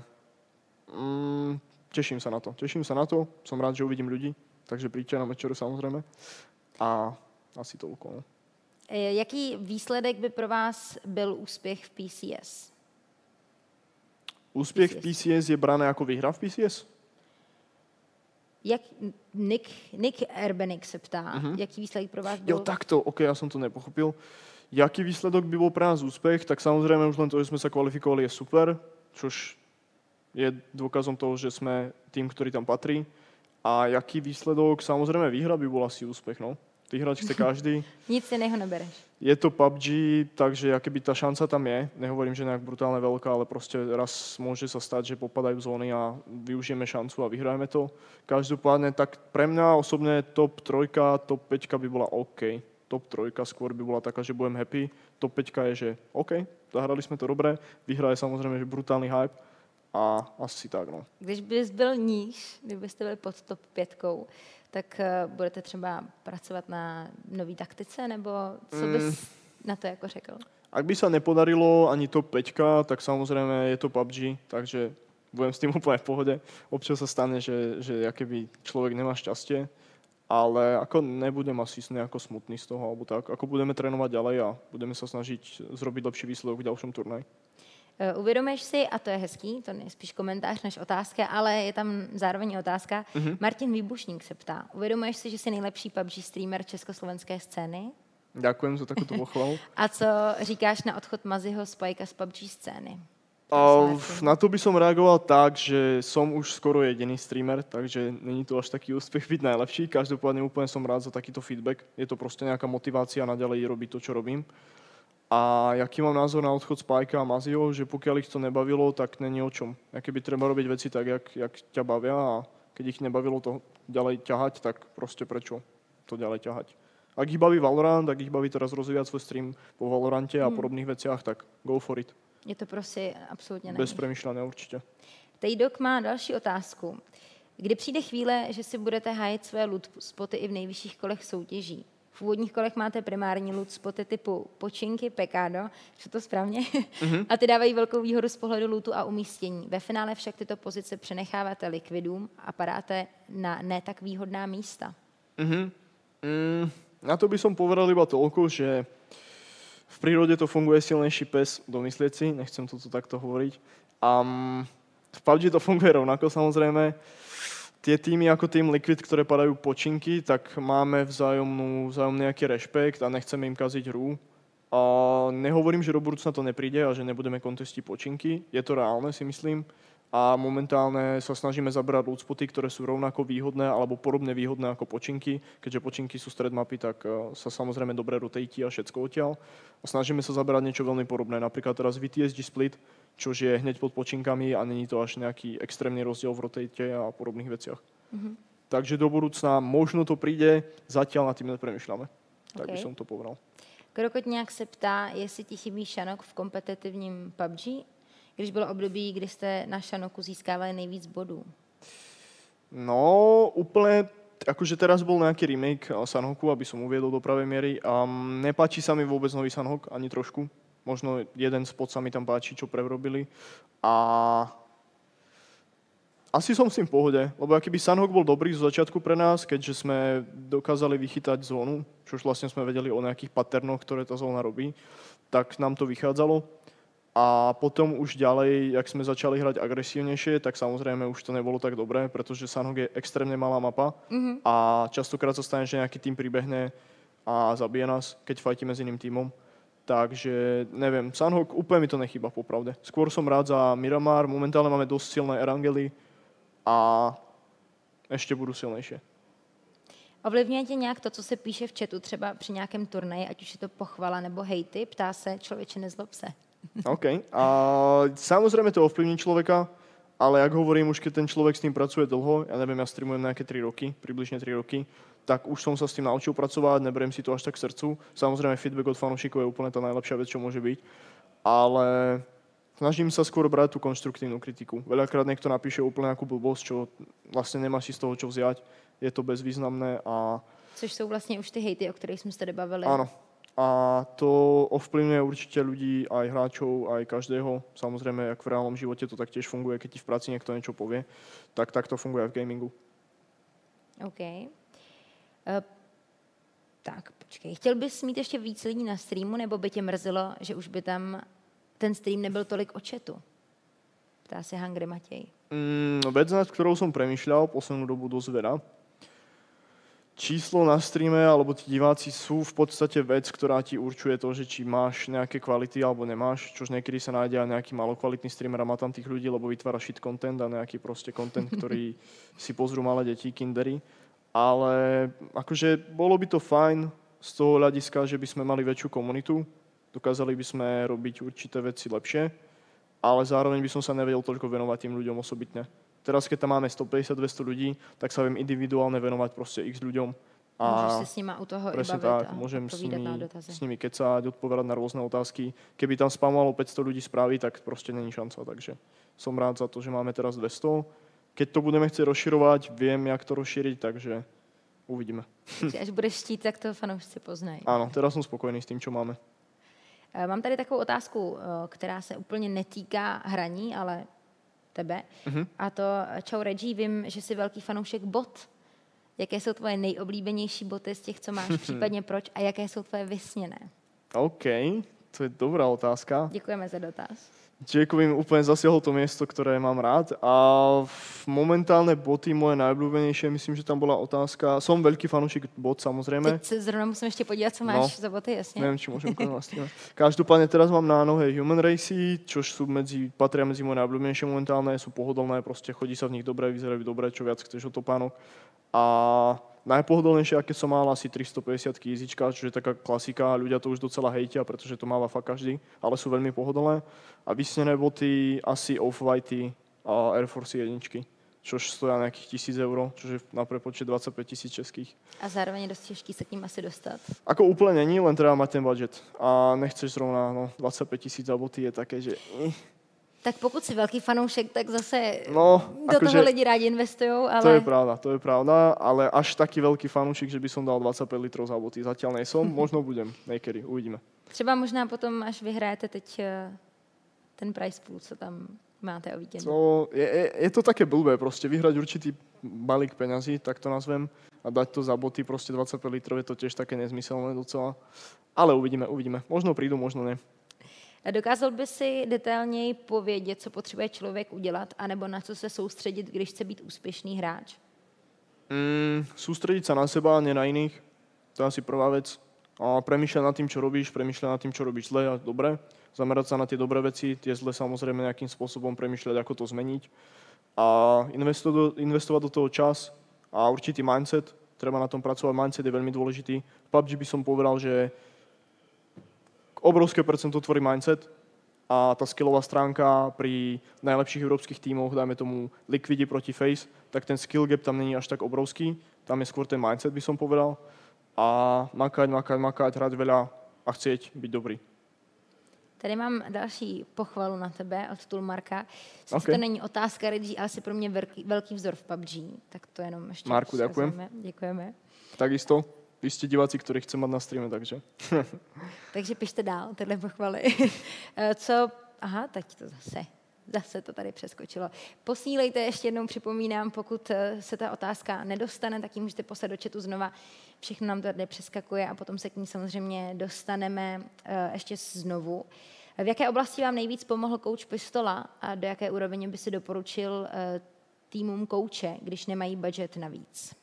teším sa na to, som rád, že uvidím ľudí, takže príďte na mečure samozrejme. A asi toľko. No. Jaký výsledek by pro vás byl úspěch v PCS? Úspěch v PCS je brané ako výhra v PCS? Jak Nick Erbenik se ptá, jaký výsledek pro vás byl? Jo, takto, OK, ja som to nepochopil. Jaký výsledok by bol pre nás úspech? Tak samozrejme už len to, že sme sa kvalifikovali je super, čož je dôkazom toho, že sme tým, ktorý tam patrí. A jaký výsledok? Samozrejme výhra by bol asi úspech, no. Vyhrať chce každý. Nic iného nebereš. Je to PUBG, takže akoby tá šanca tam je. Nehovorím, že nejak brutálne veľká, ale proste raz môže sa stať, že popadajú zóny a využijeme šancu a vyhrajeme to. Každopádne, tak pre mňa osobne top 3, top 5 by bola OK. Top 3 skôr by bola taká, že budem happy. Top 5 je, že OK, zahrali sme to dobre. Vyhra je samozrejme, že brutálny hype. A asi tak, no. Když bys byl níž, kdybyste byli pod top 5, tak budete třeba pracovat na nový taktice, nebo co bys na to jako řekl? Ak by sa nepodarilo ani top 5, tak samozrejme je to PUBG, takže budem s tým úplne v pohode. Občas sa stane, že akéby človek nemá šťastie, ale ako nebudem asi nejako smutný z toho, alebo tak. Ako budeme trénovať ďalej a budeme sa snažiť zrobiť lepší výsledok v ďalšom turnaji. Uvědomuješ si, a to je hezký, to je spíš komentář než otázka, ale je tam zároveň otázka. Martin Výbušník se ptá, uvědomuješ si, že jsi nejlepší PUBG streamer československé scény? Ďakujem za takúto pochvalu. A co říkáš na odchod Maziho z Pajka z PUBG scény? Na to by som reagoval tak, že som už skoro jediný streamer, takže není to až taký úspech byť najlepší. Každopádne úplne som rád za takýto feedback. Je to proste nejaká motivácia naďalej robiť to, čo robím. A jaký mám názor na odchod Spajka a Mazio, že pokiaľ ich to nebavilo, tak není o čom. Keby treba robiť veci tak, jak ťa bavia a keď ich nebavilo to ďalej ťahať, tak proste prečo to ďalej ťahať. Ak ich baví Valorant, ak ich baví teraz rozvíjať svoj stream po Valorante a podobných veciach, tak go for it. Je to prostě absolutně Bez premýšľania určitě. Tejdok má další otázku. Kdy přijde chvíle, že si budete hájit své loot spoty i v nejvyšších kolech soutěží? V úvodních kolech máte primární loot spoty typu počinky, pekádo, je to správně? A ty dávají velkou výhodu z pohledu lootu a umístění. Ve finále však tyto pozice přenecháváte likvidům a padáte na ne tak výhodná místa. Na to by som povedal iba toľko, že v prírode to funguje silnejší pes, domyslieť si, nechcem to tu takto hovoriť. V PUBG to funguje rovnako samozrejme. Tie týmy ako tým Liquid, ktoré padajú počinky, tak máme vzájomný nejaký rešpekt a nechceme im kaziť hru. A nehovorím, že do budúcna to nepríde a že nebudeme kontesti počinky. Je to reálne, si myslím. A momentálne sa snažíme zabrať loot spoty, ktoré sú rovnako výhodné alebo podobne výhodné ako počinky. Keďže počinky sú stred mapy, tak sa samozrejme dobre rotate a všetko odtiaľ. A snažíme sa zabrať niečo veľmi podobné. Napríklad teraz VTSG Split, čož je hneď pod počínkami a není to až nejaký extrémny rozdiel v rotate a podobných veciach. Takže do budúcna možno to príde, zatiaľ nad tým nepremýšľame. Tak by som to povedal. Krokotňák se ptá, jestli ti chybí šanok v kompetitivním PUBG, když bylo období, kdy jste na šanoku získávali nejvíc bodů. No, úplne, akože teraz bol nejaký remake Sanhoku, aby som uviedol do pravej miery. Nepáči sa mi vôbec nový Sanhok, ani trošku. Možno jeden spot sa mi tam páči, čo prerobili. A asi som s tým v pohode, lebo akýby Sanhok bol dobrý zo začiatku pre nás, keďže sme dokázali vychytať zónu, čož vlastne sme vedeli o nejakých paternoch, ktoré tá zóna robí, tak nám to vychádzalo. A potom už ďalej, jak sme začali hrať agresívnejšie, tak samozrejme už to nebolo tak dobré, pretože Sanhok je extrémne malá mapa a častokrát sa stane, že nejaký tým pribehne a zabije nás, keď fajtíme s iným tímom. Takže neviem, Sanhok úplne mi to nechýba popravde. Skôr som rád za Miramar, momentálne máme dosť silné Erangely a ešte budú silnejšie. Ovlivňuje tě nějak to, co se píše v chatu, třeba při nějakém turnaji, ať už je to pochvala nebo hejty? Ptá se, člověče, nezlob se. OK. A samozrejme to ovplyvní človeka, ale jak hovorím, už keď ten človek s tým pracuje dlho, ja neviem, ja streamujem nejaké 3 roky, približne 3 roky, tak už som sa s tým naučil pracovať, neberiem si to až tak k srdcu. Samozrejme feedback od fanúšikov je úplne tá najlepšia vec, čo môže byť, ale snažím sa skôr brať tú konštruktívnu kritiku. Veľakrát niekto napíše úplne nejakú blbosť, čo vlastne nemá si z toho čo vziať, je to bezvýznamné a... Což jsou vlastně už ty hejty, o kterých jsme se tady bavili. Áno. A to ovplyvňuje určite ľudí, aj hráčov, aj každého. Samozrejme, jak v reálnom živote to tak tiež funguje, keď ti v práci niekto niečo povie, tak to funguje aj v gamingu. OK. Tak, počkej. Chtěl bys mít ještě víc lidí na streamu, nebo by tě mrzelo, že už by tam ten stream nebyl tolik o chatu? Ptá se Hungry Matěj. Vec, nad ktorou som premýšľal poslednú dobu dosť veľa. Číslo na streame alebo tí diváci sú v podstate vec, ktorá ti určuje to, že či máš nejaké kvality alebo nemáš, čož niekedy sa nájde aj nejaký malokvalitný streamer a má tam tých ľudí, lebo vytvára shit content a nejaký proste content, ktorý si pozrú malé deti, kindery. Ale akože bolo by to fajn z toho hľadiska, že by sme mali väčšiu komunitu, dokázali by sme robiť určité veci lepšie, ale zároveň by som sa nevedel toľko venovať tým ľuďom osobitne. Teraz, keď tam máme 150-200 ľudí, tak sa viem individuálne venovať proste x ľuďom. A môžeš sa s nimi u toho i bavit tak, a môžem s nimi kecať, odpovedať na rôzne otázky. Keby tam spamovalo 500 ľudí správy, tak proste není šanca. Takže som rád za to, že máme teraz 200. Keď to budeme chcieť rozširovať, viem, jak to rozšíriť, takže uvidíme. Až budeš štít, tak to fanoušci poznají. Áno, teraz som spokojný s tým, čo máme. Mám tady takovou otázku, která se úplně netýká hraní, ale tebe. A to, čau Reggie, vím, že jsi velký fanoušek bot. Jaké jsou tvoje nejoblíbenější boty z těch, co máš, případně proč a jaké jsou tvoje vysněné? OK, to je dobrá otázka. Děkujeme za dotaz. Jacobin úplne zasiahol to miesto, ktoré mám rád. A momentálne boty moje najobľúbenejšie, myslím, že tam bola otázka. Som veľký fanúšik bot, samozrejme. Teď se zrovna musím ještě podívat, co máš za boty, jasně. Neviem, či môžem ukázať. Každopádne teraz mám na nohe Human Racy, čož sú patria medzi moje najobľúbenejšie momentálne. Sú pohodlné, proste chodí sa v nich dobre, vyzerajú dobre, čo viac chceš od topánok. A najpohodlnejšie, aké som mal, asi 350 Easyčka, čo je taká klasika. Ľudia to už docela hejtia, pretože to máva fakt každý, ale sú veľmi pohodlné. A vysnené boty asi Off-Whitey a Air Force 1, čož stojí nejakých 1000 €, čož je na prepočet 25 000 českých. A zároveň je dost těžký se k ním asi dostat. Ako úplne není, len treba mať ten budget. A nechceš zrovna 25 000 za boty, je také, že... Tak pokud jsi velký fanoušek, tak zase do akože, toho lidi rádi investujou, ale... To je pravda, ale až taký veľký fanúšik, že by som dal 25 litrov za boty. Zatiaľ nejsom, možno budem, niekedy, uvidíme. Třeba možná potom, až vyhrajete teď ten prize pool, co tam máte o víkendu. Je to také blbé, proste vyhrať určitý balík peňazí, tak to nazvem, a dať to za boty, proste 25 litrov, je to tiež také nezmyselné docela. Ale uvidíme. Možno prídu, možno ne. Dokázal by si detailněji povědět, co potřebuje člověk udělat, anebo na co se soustředit, když chce být úspěšný hráč? Sústrediť sa na seba, nie na iných. To je asi prvá vec. A premýšľať nad tým, čo robíš, premýšľať nad tým, čo robíš zle a dobre. Zamerať sa na tie dobré veci, tie zle samozrejme nejakým spôsobom premýšľať, ako to zmeniť. A investovať do toho čas a určitý mindset. Treba na tom pracovať. Mindset je veľmi dôležitý. V PUBG by som povedal, že obrovské percento tvorí mindset a tá skillová stránka pri najlepších európskych tímoch, dajme tomu Liquidi proti FaZe, tak ten skill gap tam není až tak obrovský. Tam je skôr ten mindset, by som povedal. A makať, hrať veľa a chcieť byť dobrý. Tady mám další pochvalu na tebe od Tulmarka. Sice to není otázka, Reggie, ale jsi pro mě velký vzor v PUBG. Tak to jenom ještě Marku, ďakujem. Děkujeme. Takisto. Vy ste diváci, ktorí chcem mať na streame, takže... Takže pište dál, tyhle pochvaly. Aha, teď to zase to tady přeskočilo. Posílejte, ještě jednou připomínám, pokud se ta otázka nedostane, tak ji můžete poslat do chatu znova. Všechno nám to tady přeskakuje a potom se k ní samozřejmě dostaneme ještě znovu. V jaké oblasti vám nejvíc pomohl kouč Pistola a do jaké úrovně by si doporučil týmům kouče, když nemají budget navíc?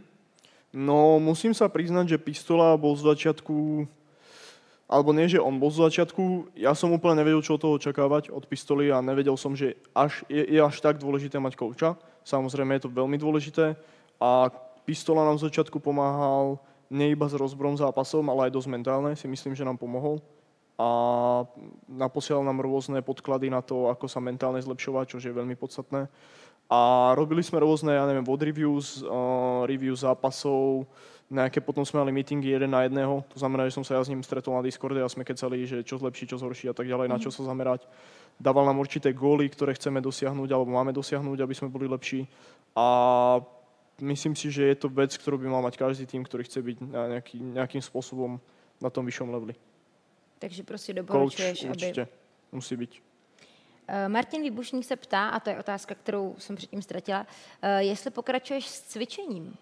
No, musím sa priznať, že Pistola bol z začiatku, alebo nie, že on bol z začiatku, ja som úplne nevedel, čo od toho očakávať od Pistoly a nevedel som, že je až tak dôležité mať kouča. Samozrejme je to veľmi dôležité a Pistola nám v začiatku pomáhal nie iba s rozborom zápasom, ale aj dosť mentálne, si myslím, že nám pomohol. A naposielal nám rôzne podklady na to, ako sa mentálne zlepšovať, čo je veľmi podstatné. A robili sme rôzne, WOD reviews, review zápasov, nejaké potom sme mali meetingy 1 na 1, to znamená, že som sa ja s ním stretol na Discorde a sme kecali, že čo zlepší, čo zhorší a tak ďalej, na čo sa zamerať. Dával nám určité góly, ktoré chceme dosiahnuť alebo máme dosiahnuť, aby sme boli lepší. A myslím si, že je to vec, ktorú by mal mať každý tým, ktorý chce byť nejakým spôsobom na tom vyššom leveli. Takže prostě doporučuješ, aby... Určite, musí byť. Martin Výbušník se ptá, a to je otázka, kterou jsem předtím ztratila, jestli pokračuješ s cvičením?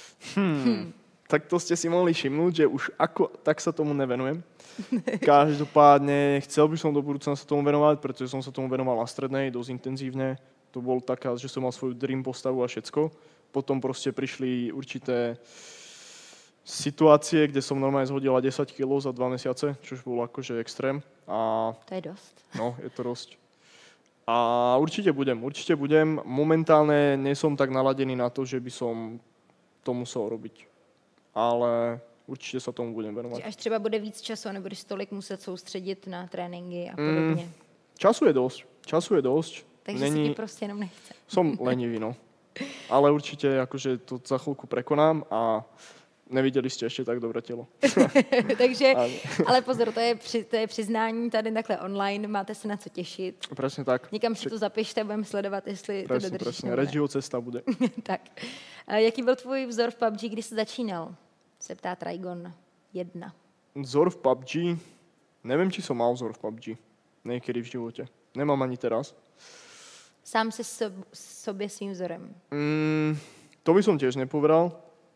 Tak to ste si mohli všimnúť, že už tak sa tomu nevenujem. Každopádne chcel by som do budúcna sa tomu venovať, pretože som sa tomu venoval na strednej, dosť intenzívne. To bol taká, že som mal svoju dream postavu a všetko. Potom proste prišli určité situácie, kde som normálne zhodila 10 kg za 2 mesiace, čož bol akože extrém. A to je dosť. No, je to dosť. A určite budem. Momentálne nie som tak naladený na to, že by som to musel robiť. Ale určite sa tomu budem venovať. Až třeba bude víc času, nebudeš tolik muset soustředit na tréninky a podobně. Času je dosť. Takže si ti prostě jenom nechce. Som lenivý, no. Ale určite akože to za chvíľku prekonám a neviděli jste ještě tak dobré tělo. Takže, ale pozor, to je přiznání tady takhle online, máte se na co těšit. Přesně tak. Někam si to zapište, budeme sledovat, jestli to dodržíš. Přesně, Reggieho cesta bude. Tak. Jaký byl tvůj vzor v PUBG, když jsi začínal? Se ptá Trigon 1. Vzor v PUBG? Nevím, či som mal vzor v PUBG. Niekedy v živote. Nemám ani teraz. Sám si sobě svým vzorem. To by som tiež nepovedal.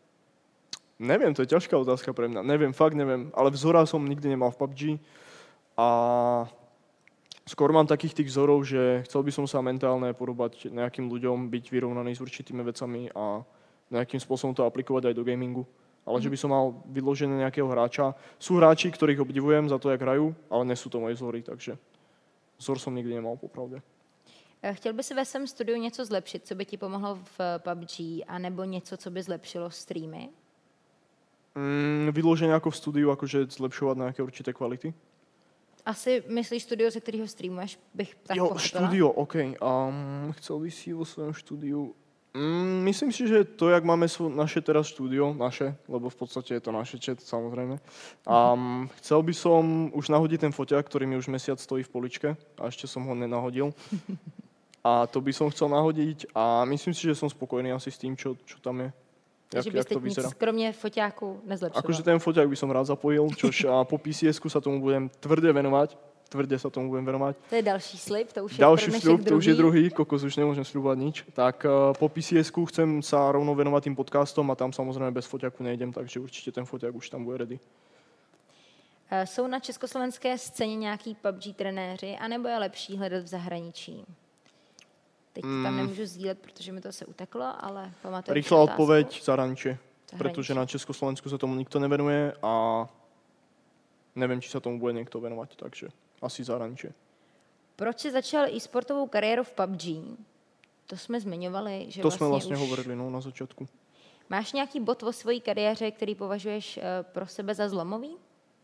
Neviem, to je ťažká otázka pre mňa. Neviem, fakt neviem. Ale vzora som nikdy nemal v PUBG. A skôr mám takých tých vzorov, že chcel by som sa mentálne podobať nejakým ľuďom, byť vyrovnaný s určitými vecami a nejakým spôsobom to aplikovať aj do gamingu. Ale že by som mal vyložené nejakého hráča. Sú hráči, ktorých obdivujem za to, jak hrajú, ale nie sú to moje vzory, takže vzor som nikdy nemal, popravde. Chtěl by si ve svém studiu něco zlepšit, co by ti pomohlo v PUBG, anebo něco, co by zlepšilo streamy? Vyloženě jako v studiu, akože zlepšovat nějaké určité kvality? Asi myslíš studio, ze kterého streamuješ, bych tak Jo, pochopila. studio, OK. Chcel by si vo svojom štúdiu... myslím si, že to, jak máme naše teraz štúdio, lebo v podstate je to naše chat, samozrejme. Chcel by som už nahodiť ten foťák, ktorý mi už mesiac stojí v poličke a ešte som ho nenahodil. A to by som chcel nahodiť a myslím si, že som spokojný asi s tým, čo tam je. Takže bys teď nic kromě foťáku nezlepšoval. Akože ten foťák by som rád zapojil, čož po PCS-ku sa tomu budem tvrdě sa tomu budem venovať. To je další slib, to už je další slib, to už je druhý, kokos, už nemôžem sľubovať nič. Tak po PCS-ku chcem sa rovno venovať tým podcastom a tam samozrejme bez foťaku nejdem, takže určite ten foťák už tam bude ready. Jsou na československé scéně nějaký PUBG trenéři, anebo je lepší hledat v zahraničí? Teď to tam nemůžu sdílet, protože mi to se uteklo, ale pamatuju. Rýchla odpoveď zahraničí, pretože na Československu sa tomu nikto nevenuje a neviem, či sa tomu bude niekto venovať, takže asi zahraničí. Proč si začal e-sportovou kariéru v PUBG? To jsme zmiňovali, že to vlastně jsme vlastně už... hovorili na začátku. Máš nějaký bod vo své kariéře, který považuješ pro sebe za zlomový?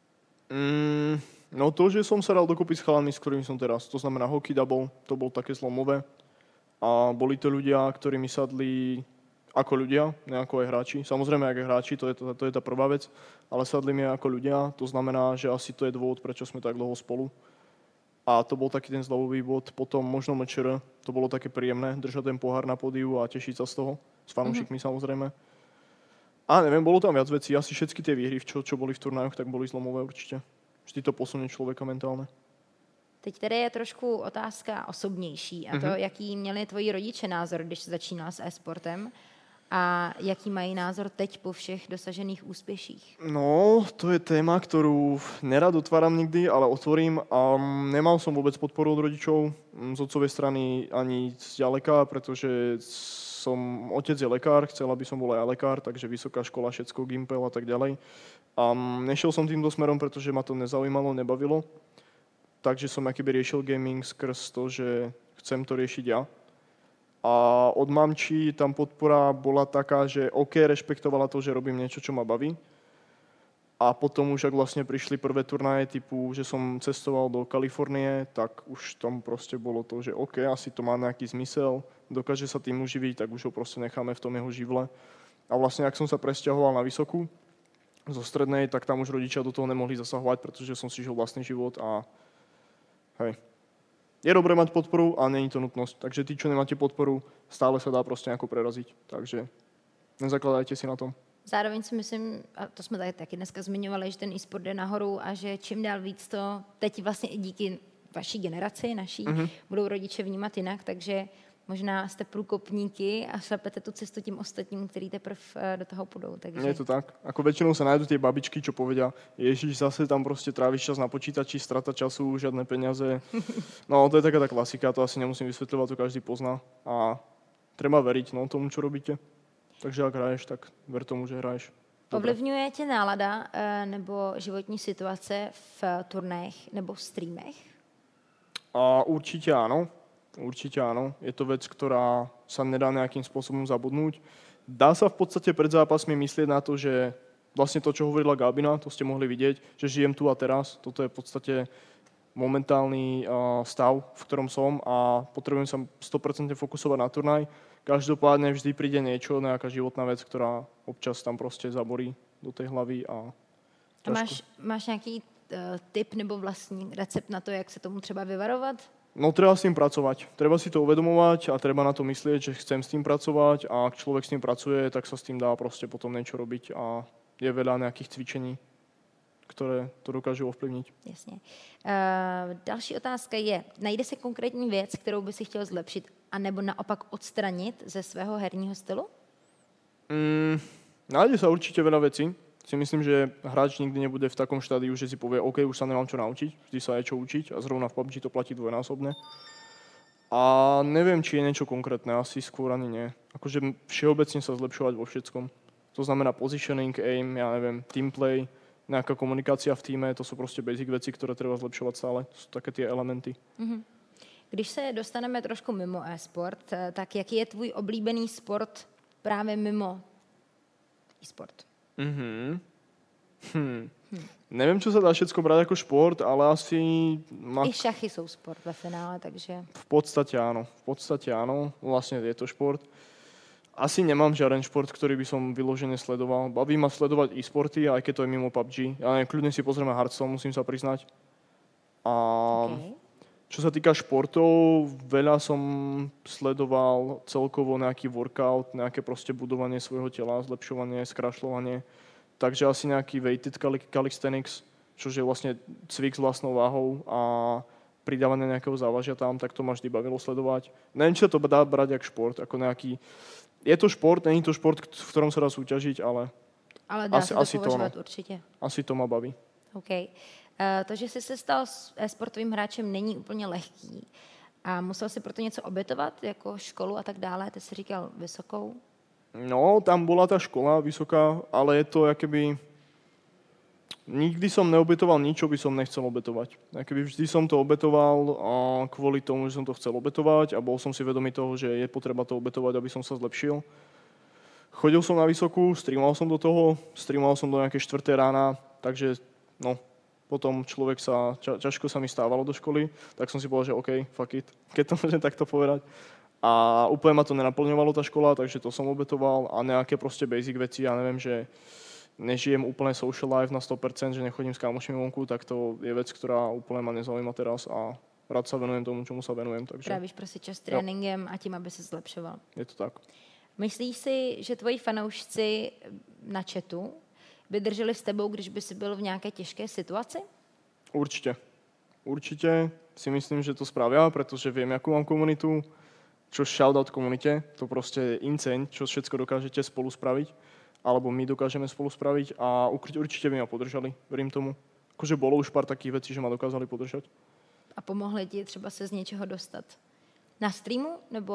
No to, že som sa dal dokopy s chalami, s ktorými som teraz. To znamená Hockey Double, to bol také zlomové. A boli to ľudia, ktorí mi sadli ako ľudia, ne ako aj hráči. Samozrejme, ako hráči, to je tá prvá vec, ale sadli mi ako ľudia. To znamená, že asi to je dôvod, prečo sme tak dlho spolu. A to bol taký ten zľavový bod. Potom možno mečer, to bolo také príjemné, držať ten pohár na pódiu a tešiť sa z toho. S fanúšikmi samozrejme. A neviem, bolo tam viac vecí. Asi všetky tie výhry, čo boli v turnajoch, tak boli zlomové určite. Vždy to posunie človeka mentálne. Teď tady je trošku otázka osobnější a to, jaký měli tvoji rodiče názor, když začínal s e-sportem a jaký mají názor teď po všech dosažených úspěších? No, to je téma, ktorú nerad otváram nikdy, ale otvorím. Nemal som vôbec podporu od rodičov z otcovej strany ani zďaleka, pretože otec je lekár, chcel, aby som bol aj lekár, takže vysoká škola, všetko, Gimpel a tak ďalej. Nešiel som týmto smerom, pretože ma to nezaujímalo, nebavilo. Takže som akoby riešil gaming skrz to, že chcem to riešiť ja. A od mamčí tam podpora bola taká, že OK, rešpektovala to, že robím niečo, čo ma baví. A potom už, ak vlastne prišli prvé turnaje typu, že som cestoval do Kalifornie, tak už tam proste bolo to, že OK, asi to má nejaký zmysel, dokáže sa tým uživiť, tak už ho proste necháme v tom jeho živle. A vlastne, ak som sa presťahoval na Vysokú zo strednej, tak tam už rodičia do toho nemohli zasahovať, pretože som si žil vlastný život a hej. Je dobré mať podporu, ale není to nutnosť. Takže tí, čo nemáte podporu, stále sa dá proste nejako preraziť. Takže nezakladajte si na tom. Zároveň si myslím, a to jsme tady taky dneska zmiňovali, že ten e-sport jde nahoru a že čím dál víc to teď vlastně i díky vaší generaci, naší, budou rodiče vnímat jinak, takže možná jste průkopníky a šlapete tu cestu tím ostatním, který teprve do toho půjdou. Takže... Je to tak. Ako väčšinou sa nájdú tie babičky, čo povedia, Ježiš, zase tam proste tráviš čas na počítači, strata času, žiadne peniaze. No, to je taká tá klasika, to asi nemusím vysvetľovať, to každý pozná. A treba veriť tomu, čo robíte. Takže ak hraješ, tak ver tomu, že hraješ. Ovlivňuje tě nálada nebo životní situace v turnajích nebo streamech? Určite áno. Určite áno. Je to vec, ktorá sa nedá nejakým spôsobom zabudnúť. Dá sa v podstate pred zápasmi myslieť na to, že vlastne to, čo hovorila Gabina, to ste mohli vidieť, že žijem tu a teraz. Toto je v podstate momentálny stav, v ktorom som a potrebujem sa 100% fokusovať na turnaj. Každopádne vždy príde niečo, nejaká životná vec, ktorá občas tam proste zaborí do tej hlavy a máš nějaký tip nebo vlastní recept na to, jak se tomu třeba vyvarovat? No treba s tým pracovať. Treba si to uvedomovať a treba na to myslieť, že chcem s tým pracovať a ak človek s tým pracuje, tak sa s tým dá proste potom niečo robiť a je veľa nejakých cvičení, ktoré to dokážu ovplyvniť. Jasně. Další otázka je, najde se konkrétní věc, kterou by si chtěl zlepšit, anebo naopak odstranit ze svého herního stylu? Nájde sa určite veľa vecí. Si myslím, že hráč nikdy nebude v takom štádiu, že si povie, OK, už sa nemám čo naučiť, vždy sa je čo učiť a zrovna v PUBG to platí dvojnásobne. A neviem, či je niečo konkrétne, asi skôr ani nie. Akože všeobecne sa zlepšovať vo všetkom. To znamená positioning, aim, ja neviem, teamplay, nejaká komunikácia v týme, to sú proste basic veci, ktoré treba zlepšovať stále. To sú také tie elementy. Když se dostaneme trošku mimo e-sport, tak jaký je tvůj oblíbený sport právě mimo e-sport? Neviem, čo sa dá všetko brať ako šport, ale asi... I šachy sú sport ve finále, takže... V podstate áno. Vlastne je to šport. Asi nemám žiaden šport, ktorý by som vyložene sledoval. Baví ma sledovať e-sporty, aj keď to je mimo PUBG. Ja neviem, kľudne si pozrieme Hearthstone, musím sa priznať. A čo sa týka športov, veľa som sledoval celkovo nejaký workout, nejaké proste budovanie svojho tela, zlepšovanie, skrašľovanie. Takže asi nejaký weighted calisthenics, čo je vlastne cvik s vlastnou váhou a pridávanie nejakého závažia tam, tak to ma vždy bavilo sledovať. Neviem, či sa to dá brať jak šport, ako nejaký... Je to šport, není to šport, v ktorom sa dá súťažiť, ale dá se to považovat určitě. Asi to ma baví. OK. To, že jsi se stal e-sportovým hráčem, není úplně lehký. A musel si proto něco obětovat, jako školu a tak dále? Ty jsi říkal vysokou? No, tam bola tá škola vysoká, ale je to akoby... Nikdy som neobetoval nič, čo by som nechcel obetovať. Akoby vždy som to obetoval kvôli tomu, že som to chcel obetovať a bol som si vedomý toho, že je potreba to obetovať, aby som sa zlepšil. Chodil som na vysokú, streamoval som do toho, streamoval som do nejaké 4. rána, takže no, potom človek sa, ťažko sa mi stávalo do školy, tak som si povedal, že OK, fuck it, keď to môžem takto povedať. A úplne ma to nenaplňovalo tá škola, takže to som obetoval a nejaké proste basic veci, ja neviem, že nežijem úplne social life na 100%, že nechodím s kámošmi vonku, tak to je vec, ktorá úplne ma nezaujíma teraz a rád sa venujem tomu, čomu sa venujem. Takže... Trávíš prostě čas tréninkem a tím, aby se zlepšoval. Je to tak. Myslíš si, že tvoji fanoušci na chatu by drželi s tebou, když by si byl v nějaké těžké situaci? Určite. Určite si myslím, že to spravia, pretože viem, akú mám komunitu, čo shoutout komunite, to proste je insane, čo všetko dokážete spolu spraviť, alebo my dokážeme spolu spraviť a určite by ma podržali, verím tomu. Akože bolo už pár takých vecí, že ma dokázali podržať. A pomohli ti třeba se z něčeho dostat? Na streamu, nebo...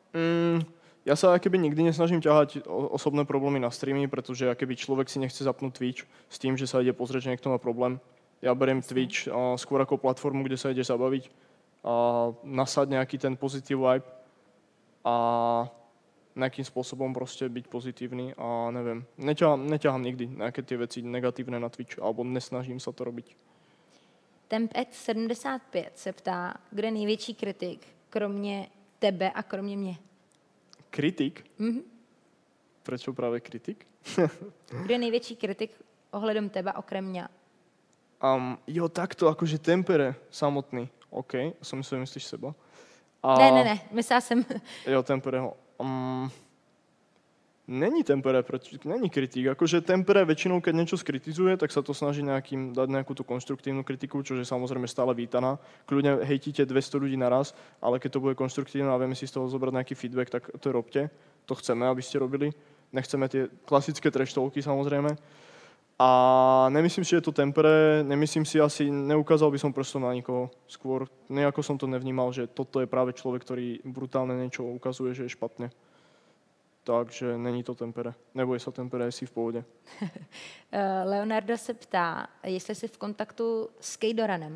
Ja sa akoby nikdy nesnažím ťahať osobné problémy na streamy, pretože akoby človek si nechce zapnúť Twitch s tým, že sa ide pozrieť, že niekto má problém. Ja beriem Twitch skôr ako platformu, kde sa ideš zabaviť a nasať nejaký ten pozitív vibe a nejakým spôsobom proste byť pozitívny a neviem. Neťahám nikdy nejaké tie veci negatívne na Twitch alebo nesnažím sa to robiť. Temped75 se ptá, kde je největší kritik, kromě tebe a kromě mě? Kritik? Prečo práve kritik? Kdo je největší kritik ohledom teba okrem mňa? Jo, takto, akože Tempere samotný. OK, som myslel, myslíš seba. Ne, myslela jsem... Jo, Tempereho. Není Tempere, není kritik. Akože Tempere väčšinou, keď niečo skritizuje, tak sa to snaží dať nejakú tú konštruktívnu kritiku, čo je samozrejme stále vítaná. Kľudne hejtíte 200 ľudí naraz, ale keď to bude konštruktívne a vieme si z toho zobrať nejaký feedback, tak to robte. To chceme, aby ste robili. Nechceme tie klasické trash talky, samozrejme. A nemyslím si, že je to Tempere, nemyslím si asi, neukázal by som prstom na nikoho. Skôr nejako som to nevnímal, že toto je práve človek, ktorý brutálne niečo ukazuje, že je špatne. Takže není to Tempere. Neboj sa Tempere, si v pohode. Leonardo se ptá, jestli si v kontaktu s Kejdoranem.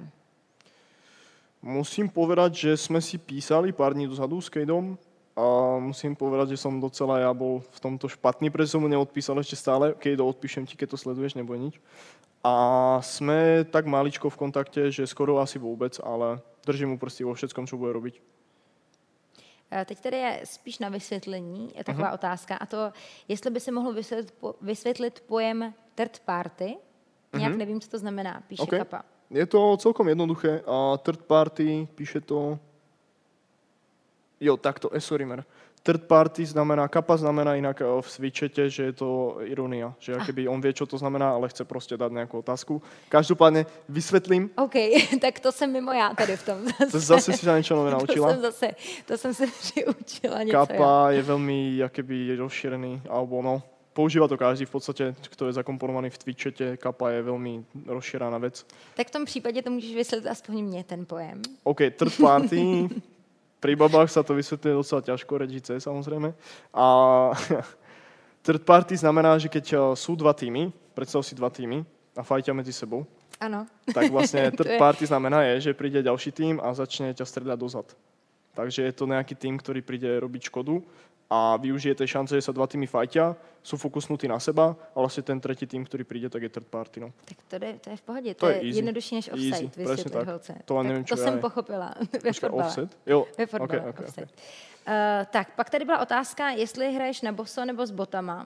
Musím povedať, že sme si písali pár dní dozadu s Kejdom. A musím povedať, že som docela ja bol v tomto špatný, pretože som mu neodpísal ešte stále. Kejdo, odpíšem ti, keď to sleduješ, neboj nič. A sme tak maličko v kontakte, že skoro asi vôbec, ale držím mu prsty vo všetkom, čo bude robiť. Teď tady je spíš na vysvětlení taková otázka, a to, jestli by si mohl vysvětlit pojem third party. Nějak nevím, co to znamená, píše Kappa. Je to celkom jednoduché. A third party, píše to... Jo, takto, Esorimer. Third party znamená, Kappa znamená inak v Switchete, že je to ironia. Že akoby on vie, čo to znamená, ale chce proste dať nejakú otázku. Každopádne vysvetlím. OK, tak to jsem mimo já tady v tom. Zase si sa niečo nové naučila. To jsem se přiučila něco. Kappa je veľmi akoby rozšírený, alebo no, používa to každý v podstate, kto je zakomponovaný v Twitchete, kappa je veľmi rozšírená vec. Tak v tom případě to můžeš vysvětlit aspoň mě ten pojem. OK, third party, pri babách sa to vysvetľuje docela ťažko, režice samozrejme. A third party znamená, že keď sú dva týmy, predstav si dva týmy a fajtia medzi sebou, ano. tak vlastne third party znamená že príde ďalší tým a začne ťa strieľať dozad. Takže je to nejaký tým, ktorý príde robiť škodu a využije tej šance, že sa dva týmy fajtia, sú fokusnutí na seba a vlastne ten tretí tým, ktorý príde, tak je third party. No. Tak to je v pohodě, to je jednodušší než offside. Easy, presne tak. Holce. To, tak neviem, to jsem pochopila ve fotbale. Offset? Jo. Ve fotbale, okay. Tak, pak tady byla otázka, jestli hraješ na boso nebo s botama.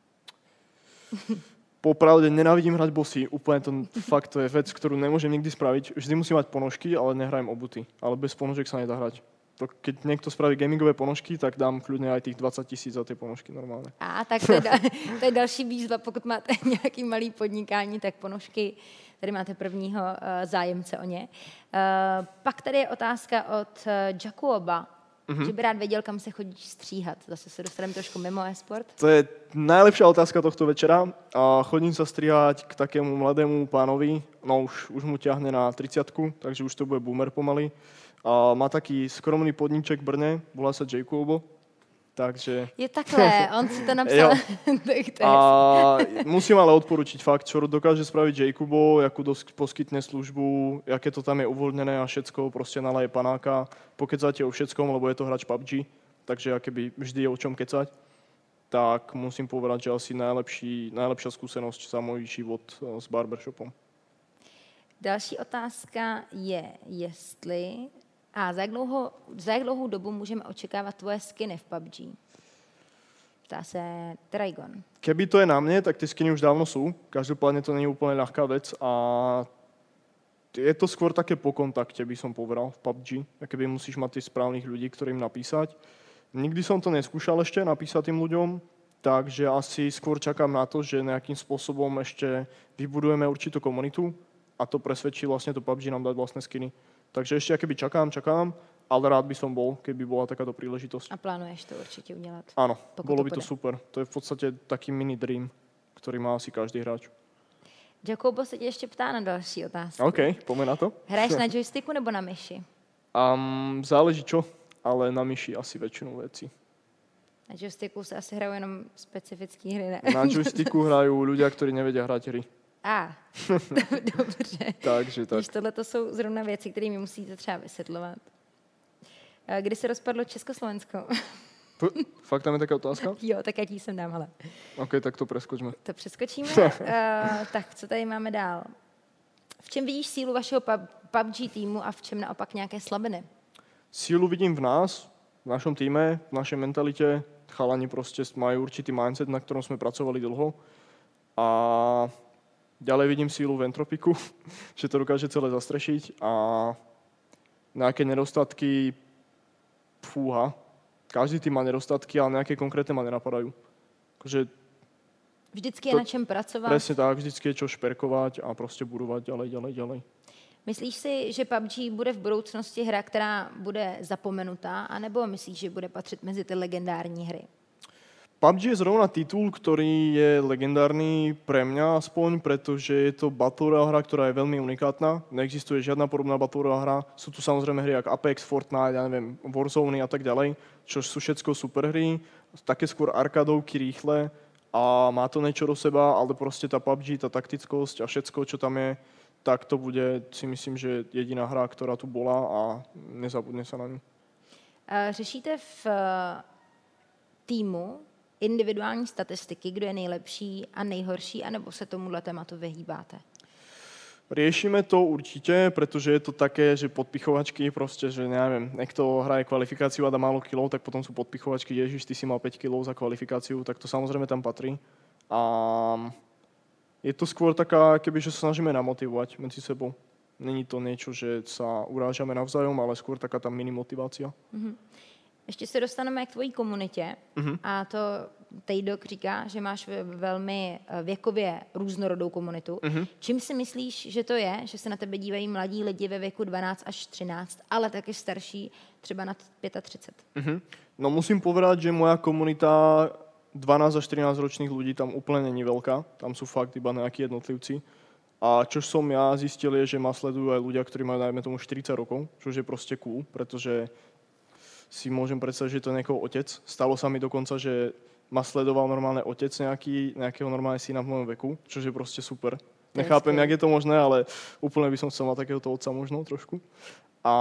Popravde nenávidím hrať bosy, úplne to je vec, ktorú nemôžem nikdy spraviť. Vždy musím mať ponožky, ale nehrajem obuty. Ale bez ponožek sa nedá hrať. To, keď niekto spraví gamingové ponožky, tak dám kľudne aj tých 20 000 za tie ponožky normálne. Tak to je další výzva, pokud máte nějaký malý podnikání, tak ponožky, tady máte prvního zájemce o ně. Pak tady je otázka od Jakuba, že by rád věděl, kam se chodíš stříhat. Zase se dostaneme trošku mimo e-sport. To je najlepšia otázka tohto večera. Chodím sa strihať k takému mladému pánovi, no už mu ťahne na 30-ku, takže už to bude boomer pomaly. Má taký skromný podniček v Brne, volá sa Jacobo, takže... Je takhle, on si to napsal. Musím ale odporučiť fakt, čo dokáže spraviť Jacobo, jakú poskytne službu, jaké to tam je uvoľnené a všetko, proste nalaje panáka, pokecáte o všetkom, lebo je to hráč PUBG, takže akéby vždy je o čom kecať. Tak musím povedať, že asi najlepšia skúsenosť za môj život s barbershopom. Další otázka je, jestli... za jak dlouhou dobu můžeme očekávat tvoje skiny v PUBG? Ptá se Dragon. Keby to je na mne, tak tie skiny už dávno sú. Každopádne to nie je úplne ľahká vec a je to skôr také po kontakte, by som povedal, v PUBG. Keby musíš mať tých správnych ľudí, ktorým napísať. Nikdy som to neskúšal ešte, napísať tým ľuďom, takže asi skôr čakám na to, že nejakým spôsobom ešte vybudujeme určitú komunitu a to presvedčí vlastne to PUBG nám dať vlastné skiny. Takže ešte akoby čakám, ale rád by som bol, keby bola takáto príležitosť. A plánuješ to určite udělat? Áno, bolo by to super. To je v podstate taký mini dream, ktorý má asi každý hráč. Jacobo se tě ještě ptá na další otázku. OK, poďme na to. Hraješ na joysticku nebo na myši? Záleží čo, ale na myši asi väčšinu vecí. Na joysticku se asi hrajú jenom specifické hry, ne? Na joysticku hrajú ľudia, ktorí nevedia hrať hry. Dobře. Takže tak. Tohle to jsou zrovna věci, které mi musíte třeba vysvětlovat. Kdy se rozpadlo Československo? Fakt tam je taká otázka? Jo, tak já ti sem dám, ale. OK, tak to preskočme. To přeskočíme. Tak, co tady máme dál? V čem vidíš sílu vašeho PUBG týmu a v čem naopak nějaké slabiny? Sílu vidím v nás, v našom týme, v našej mentalite. Chalani proste majú určitý mindset, na ktorom sme pracovali dlho. A ďalej vidím sílu v Entropiku, že to dokáže celé zastrešiť a nejaké nedostatky fúha. Každý tým má nedostatky, ale nejaké konkrétne ma nenapadajú. Akože vždycky je na čem pracovat. Presne tak, vždycky je čo šperkovať a proste budovať ďalej. Myslíš si, že PUBG bude v budoucnosti hra, která bude zapomenutá, anebo myslíš, že bude patřit mezi ty legendární hry? PUBG je zrovna titul, ktorý je legendárny pre mňa aspoň, pretože je to battle royale hra, ktorá je veľmi unikátna. Neexistuje žiadna podobná battle royale hra. Sú tu samozrejme hry ako Apex, Fortnite, ja neviem, Warzone a tak ďalej, čo sú všetko super hry, také skôr arkadovky, rýchle a má to niečo do seba, ale proste tá PUBG, tá taktickosť a všetko, čo tam je, tak to bude, si myslím, že jediná hra, ktorá tu bola a nezabudne sa na ňu. Řešíte v týmu individuální statistiky, kdo je nejlepší a nejhorší, anebo se tomuhle tématu vyhýbáte? Riešime to určite, pretože je to také, že podpichovačky proste, že neviem, niekto hraje kvalifikáciu a dá málo kilov, tak potom sú podpichovačky, ježiš, ty si mal 5 kilov za kvalifikáciu, tak to samozrejme tam patrí. A je to skôr taká, kebyže sa snažíme namotivovať medzi sebou. Není to niečo, že sa urážame navzájom, ale skôr taká tá mini motivácia. Ještě se dostaneme k tvojí komunitě a to Tejdok říká, že máš velmi věkově různorodou komunitu. Čím si myslíš, že to je, že se na tebe dívají mladí lidi ve věku 12 až 13, ale taky starší, třeba nad 35? No musím povedať, že moja komunita 12 až 13 ročných ľudí tam úplne není veľká, tam sú fakt iba nejakí jednotlivci. A čo som ja zistil je, že ma sledujú aj ľudia, ktorí majú dajme tomu 40 rokov, čo je proste cool, pretože si môžem predstaviť, že to je niekoho otec. Stalo sa mi dokonca, že ma sledoval normálne otec nejakého normálne syna v mojom veku, čo je proste super. Nechápem, jak je to možné, ale úplne by som chcel mať takéhoto otca možno trošku. A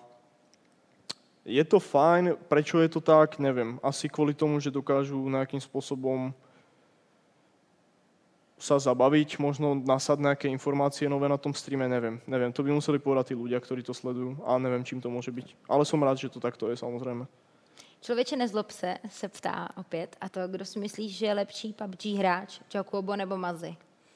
je to fajn, prečo je to tak, neviem. Asi kvôli tomu, že dokážu nejakým spôsobom sa zabaviť, možno nasať nejaké informácie nové na tom streame, neviem. To by museli povedať tí ľudia, ktorí to sledujú a neviem, čím to môže byť. Ale som rád, že to takto je, samozrejme. Člověče, nezlob se ptá opět, a to, kdo si myslíš, že je lepší PUBG hráč, Jacobo nebo Mazi?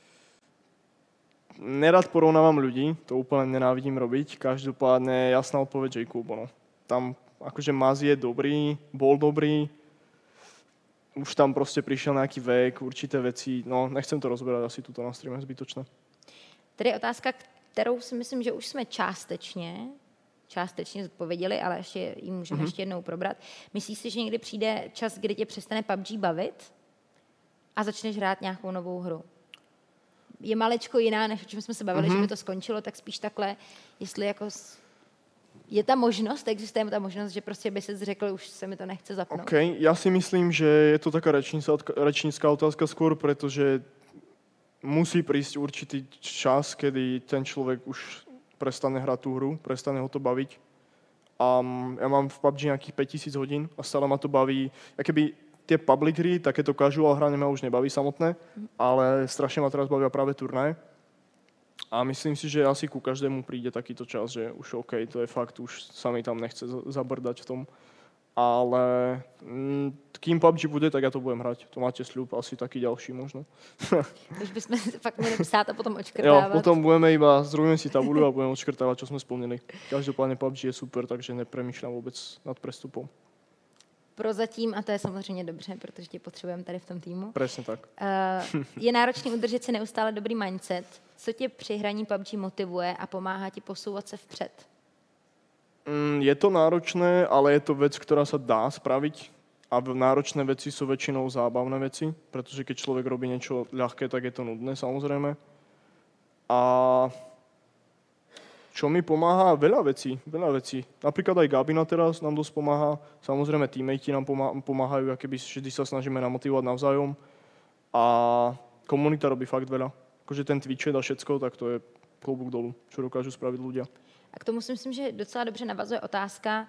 Nerad porovnávam ľudí, to úplne nenávidím robiť. Každopádne jasná odpoveď Jacobo. No. Tam akože Mazi je dobrý, bol dobrý, už tam proste prišiel nejaký vek, určité veci, no nechcem to rozberať asi tuto na streame, zbytočné. Tady je otázka, kterou si myslím, že už jsme částečně zodpověděli, ale ještě ji můžeme ještě jednou probrat. Myslíš si, že někdy přijde čas, kdy tě přestane PUBG bavit a začneš hrát nějakou novou hru? Je malečko jiná, než o čem jsme se bavili, že by to skončilo, tak spíš takhle, jestli jako je ta možnost, existuje ta možnost, že prostě by si řekl, už se mi to nechce zapnout. OK, ja si myslím, že je to taká rečnícká otázka skôr, pretože musí prísť určitý čas, kedy ten človek už prestane hrať tú hru, prestane ho to baviť. A ja mám v PUBG nejakých 5000 hodín a stále ma to baví. Keby tie public hry, takéto casual hranie ma už nebaví samotné, ale strašne ma teraz bavia práve turnaje. A myslím si, že asi ku každému príde takýto čas, že už OK, to je fakt, už sa mi tam nechce zabrdať v tom. Ale kým PUBG bude, tak ja to budem hrať. To máte sľub, asi taký ďalší možno. Už bychom fakt měli psát a potom odškrtávat. Jo, potom budeme iba, zrobíme si tabuľu a budeme odškrtávať, čo sme splnili. Každopádne PUBG je super, takže nepremýšľam vôbec nad prestupom. Prozatím, a to je samozřejmě dobře, protože tě potřebujeme tady v tom týmu. Presne tak. Je náročné udržet si neustále dobrý mindset. Co tě při hraní PUBG motivuje a pomáhá ti posouvat se vpřed? Je to náročné, ale je to vec, ktorá sa dá spraviť. A náročné veci sú väčšinou zábavné veci, pretože keď človek robí niečo ľahké, tak je to nudné, samozrejme. A čo mi pomáha? Veľa vecí. Napríklad aj Gabina teraz nám dosť pomáha. Samozrejme, teammate nám pomáhajú, akoby vždy sa snažíme namotivovať navzájom. A komunita robí fakt veľa. Akože ten Twitch a všetko, tak to je klobúk dolu, čo dokážu spraviť ľudia. A k tomu si myslím, že docela dobře navazuje otázka,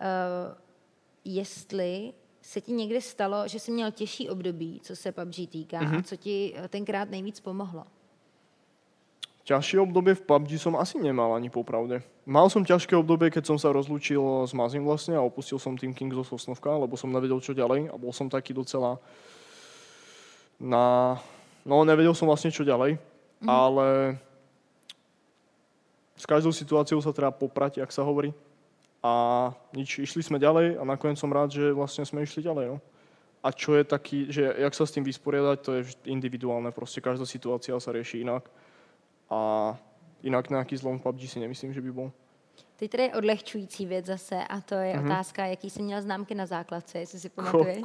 jestli se ti někdy stalo, že jsi měl těžší období, co se PUBG týká, a co ti tenkrát nejvíc pomohlo? Ťažšie obdobie v PUBG som asi nemal ani popravde. Mal som ťažké obdobie, keď som sa rozlúčil s Mazim vlastne a opustil som Team King zo Sosnovka, lebo som nevedel, čo ďalej a bol som taký docela nevedel som vlastne, čo ďalej, ale s každou situáciou sa treba poprať, jak sa hovorí. A išli sme ďalej a nakoniec som rád, že vlastne sme išli ďalej. No. A čo je taký, že jak sa s tým vysporiadať, to je individuálne, proste každá situácia sa rieši inak. A jinak nějaký zlom v PUBG si nemyslím, že by byl. Teď tady je odlehčující věc zase a to je otázka, jaký jsi měl známky na základce, jestli si pamatuješ.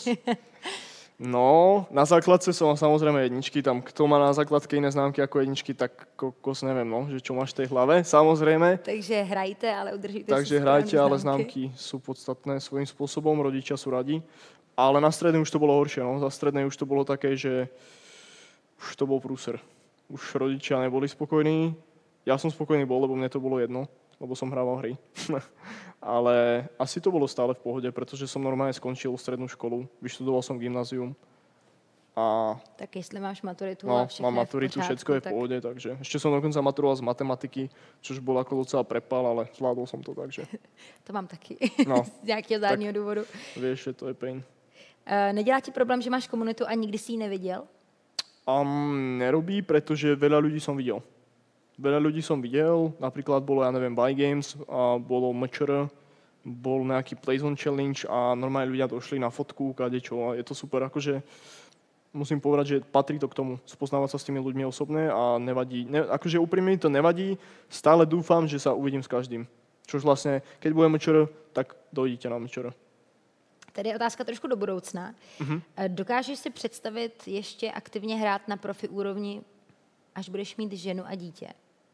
No, na základce som samozrejme jedničky, tam kto má na základke iné známky ako jedničky, tak kokos neviem, no, že čo máš v tej hlave, samozrejme. Takže hrajte, ale udržíte si Takže hrajte, ale známky sú podstatné svojím spôsobom, rodičia sú radi. Ale na strednej už to bolo horšie, no, za strednej už to bolo také, že už to bol prúser. Už rodičia neboli spokojní. Ja som spokojný bol, lebo mne to bolo jedno, lebo som hrával hry. Ale asi to bolo stále v pohode, pretože som normálne skončil strednú školu, vyštudoval som gymnázium. A tak jestli máš maturitu a všechno mám maturitu, všetko je v pohode, takže ešte som dokonca maturoval z matematiky, čož bol ako docela prepal, ale zvládol som to, takže. To mám taky, no, z nějakého zádního důvodu. Vieš, že to je pain. Nedělá ti problém, že máš komunitu a nikdy si ji neviděl? Nerobí, pretože veľa ľudí som videl. Napríklad bolo, ja neviem, Buy Games, a bolo MČR, bol nejaký Playzone Challenge a normálne ľudia došli na fotku, kadečo a je to super, akože musím povedať, že patrí to k tomu, spoznávať sa s tými ľuďmi osobne a nevadí, akože úprimne to nevadí, stále dúfam, že sa uvidím s každým. Čož vlastne, keď bude MČR, tak dojdete na MČR. Tady je otázka trošku do budoucna. Dokážeš si představit ještě aktivně hrát na profi úrovni, až budeš mít ženu a dítě?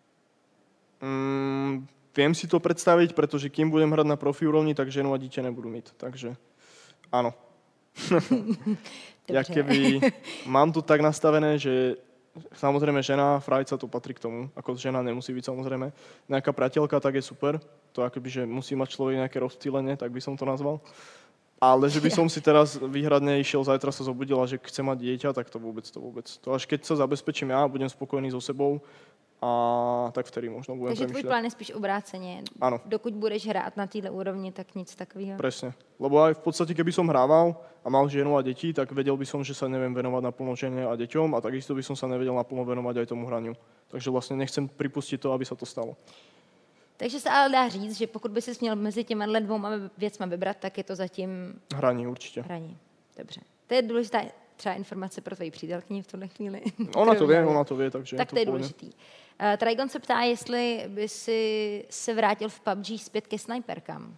Viem si to predstaviť, pretože kým budem hrať na profi úrovni, tak ženu a dieťa nebudú mít. Takže áno. Ja keby mám to tak nastavené, že samozrejme žena, frajca, to patrí k tomu. Ako žena nemusí byť samozrejme. Nejaká priateľka, tak je super. To akoby, že musí mať človek nejaké rozptýlenie, tak by som to nazval. Ale že by som si teraz výhradne išiel, zajtra sa zobudil a že chce mať dieťa, tak to vôbec. To až keď sa zabezpečím ja, budem spokojný so sebou, a tak vtedy možno budem Takže tvůj premýšľať. plán je spíš obráceně. Áno. Dokud budeš hrát na této úrovni, tak nic takového. Presne. Lebo aj v podstate, keby som hrával a mal ženu a deti, tak vedel by som, že sa neviem venovať naplno žene a deťom a takisto by som sa nevedel naplno venovať aj tomu hraniu. Takže vlastne nechcem pripustiť to, aby sa to stalo. Takže se ale dá říct, že pokud by si měl mezi těma dvouma věcma vybrat, tak je to zatím Hraní určitě. hraní. Dobře. To je důležitá třeba informace pro tvoji přítelkyni v tuhle chvíli. Ona to vie, takže tak to je důležitý. Trigon se ptá, jestli by si se vrátil v PUBG zpět ke snajperkám.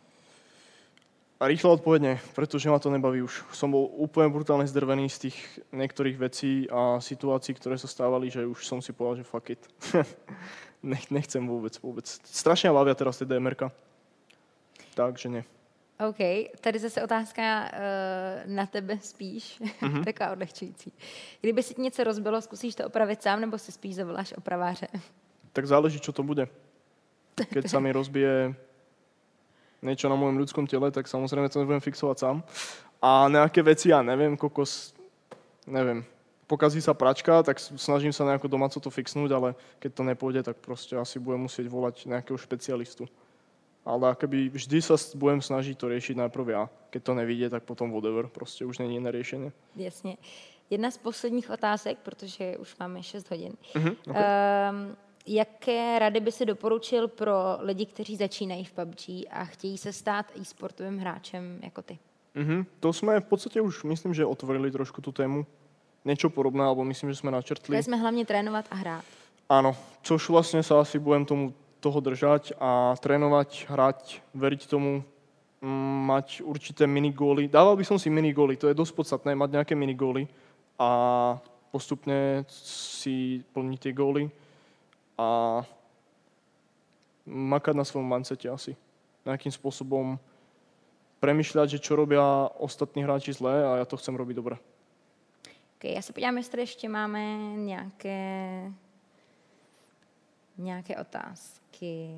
A rýchlo odpovedne, pretože ma to nebaví už. Som bol úplne brutálne zdrvený z tých niektorých vecí a situácií, ktoré sa stávali, že už som si povedal, že fuck it. Nechcem vôbec. Strašne bavia teraz tie DMRka. Takže nie. OK, tady zase otázka na tebe spíš, taková odlehčující. Kdyby si ti něco rozbilo, zkusíš to opravit sám, nebo si spíš zavoláš opraváře? Tak záleží, čo to bude. Keď sa mi rozbije niečo na mojom ľudskom tele, tak samozrejme to nebudem fixovať sám. A nejaké veci, ja neviem, neviem. Pokazí sa pračka, tak snažím sa nejako doma to fixnúť, ale keď to nepôjde, tak proste asi budem musieť volať nejakého špecialistu. Ale akoby vždy sa budem snažiť to riešiť najprv ja. Keď to nevíde, tak potom whatever. Prostě už není jiné řešení. Jasně. Jedna z posledních otázek, protože už máme 6 hodin. Okay. Jaké rady by si doporučil pro lidi, kteří začínají v PUBG a chtějí se stát e-sportovým hráčem jako ty? To jsme v podstatě už, myslím, že otvorili trošku tu tému. Niečo podobné, alebo myslím, že jsme načrtli. Chtěli jsme hlavně trénovat a hrát. Áno, což vlastne sa asi budem toho držať a trénovať, hrať, veriť tomu, mať určité minigóly. Dával by som si minigóly, to je dosť podstatné, mať nejaké minigóly a postupne si plniť tie góly a makať na svojom mindsete asi. Nejakým spôsobom premýšľať, že čo robia ostatní hráči zlé a ja to chcem robiť dobre. Okay, já se podívám, jestli ještě máme nějaké otázky.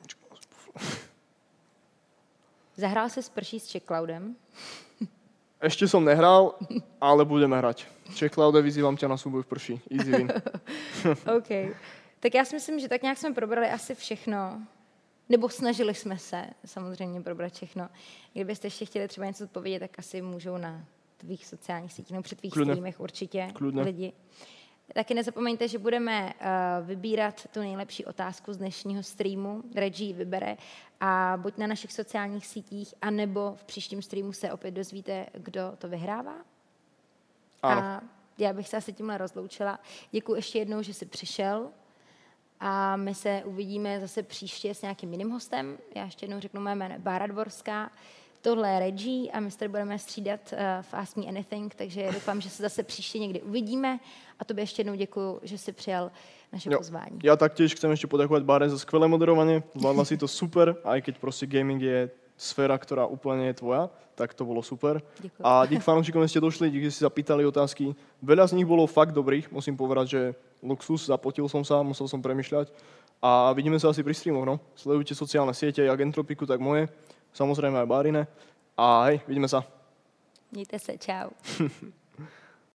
Zahrál se s prší s Checkcloudem? Ešte som nehral, ale budeme hrať. Checkcloude, vyzývam ťa na súboj v prší. Easy win. OK. Tak já si myslím, že tak nějak jsme probrali asi všechno. Nebo snažili jsme se samozřejmě probrat všechno. Kdybyste ještě chtěli třeba něco odpovědět, tak asi můžou na tvých sociálních sítích, no při tvých streamech určitě lidi. Taky nezapomeňte, že budeme vybírat tu nejlepší otázku z dnešního streamu. Reggie vybere a buď na našich sociálních sítích, anebo v příštím streamu se opět dozvíte, kdo to vyhrává. Ano. A já bych se asi tímhle rozloučila. Děkuji ještě jednou, že jsi přišel a my se uvidíme zase příště s nějakým jiným hostem. Já ještě jednou řeknu mé jméno Bára Dvorská. Tohle je Reggie a my se tady budeme střídat v Ask Me Anything, takže doufám, že se zase příště někdy uvidíme. A tobě ještě jednou děkuju, že jsi přijal naše pozvání. Ja taktiež chcem ešte poďakovať Báre za skvelé moderovanie. Zvládla si to super, aj keď proste gaming je sféra, ktorá úplne je tvoja, tak to bolo super. Děkuju. A dík fanúšikom, že ste došli, dík, že si zapýtali otázky. Veľa z nich bolo fakt dobrých, musím povedať, že luxus, zapotil som sa, musel som premýšľať. A vidíme sa asi pri streamoch, no. Sledujte sociálne siete, jak Entropiku, tak moje. Samozrejme aj Bárine. A hej, vidíme sa. Mějte se, čau.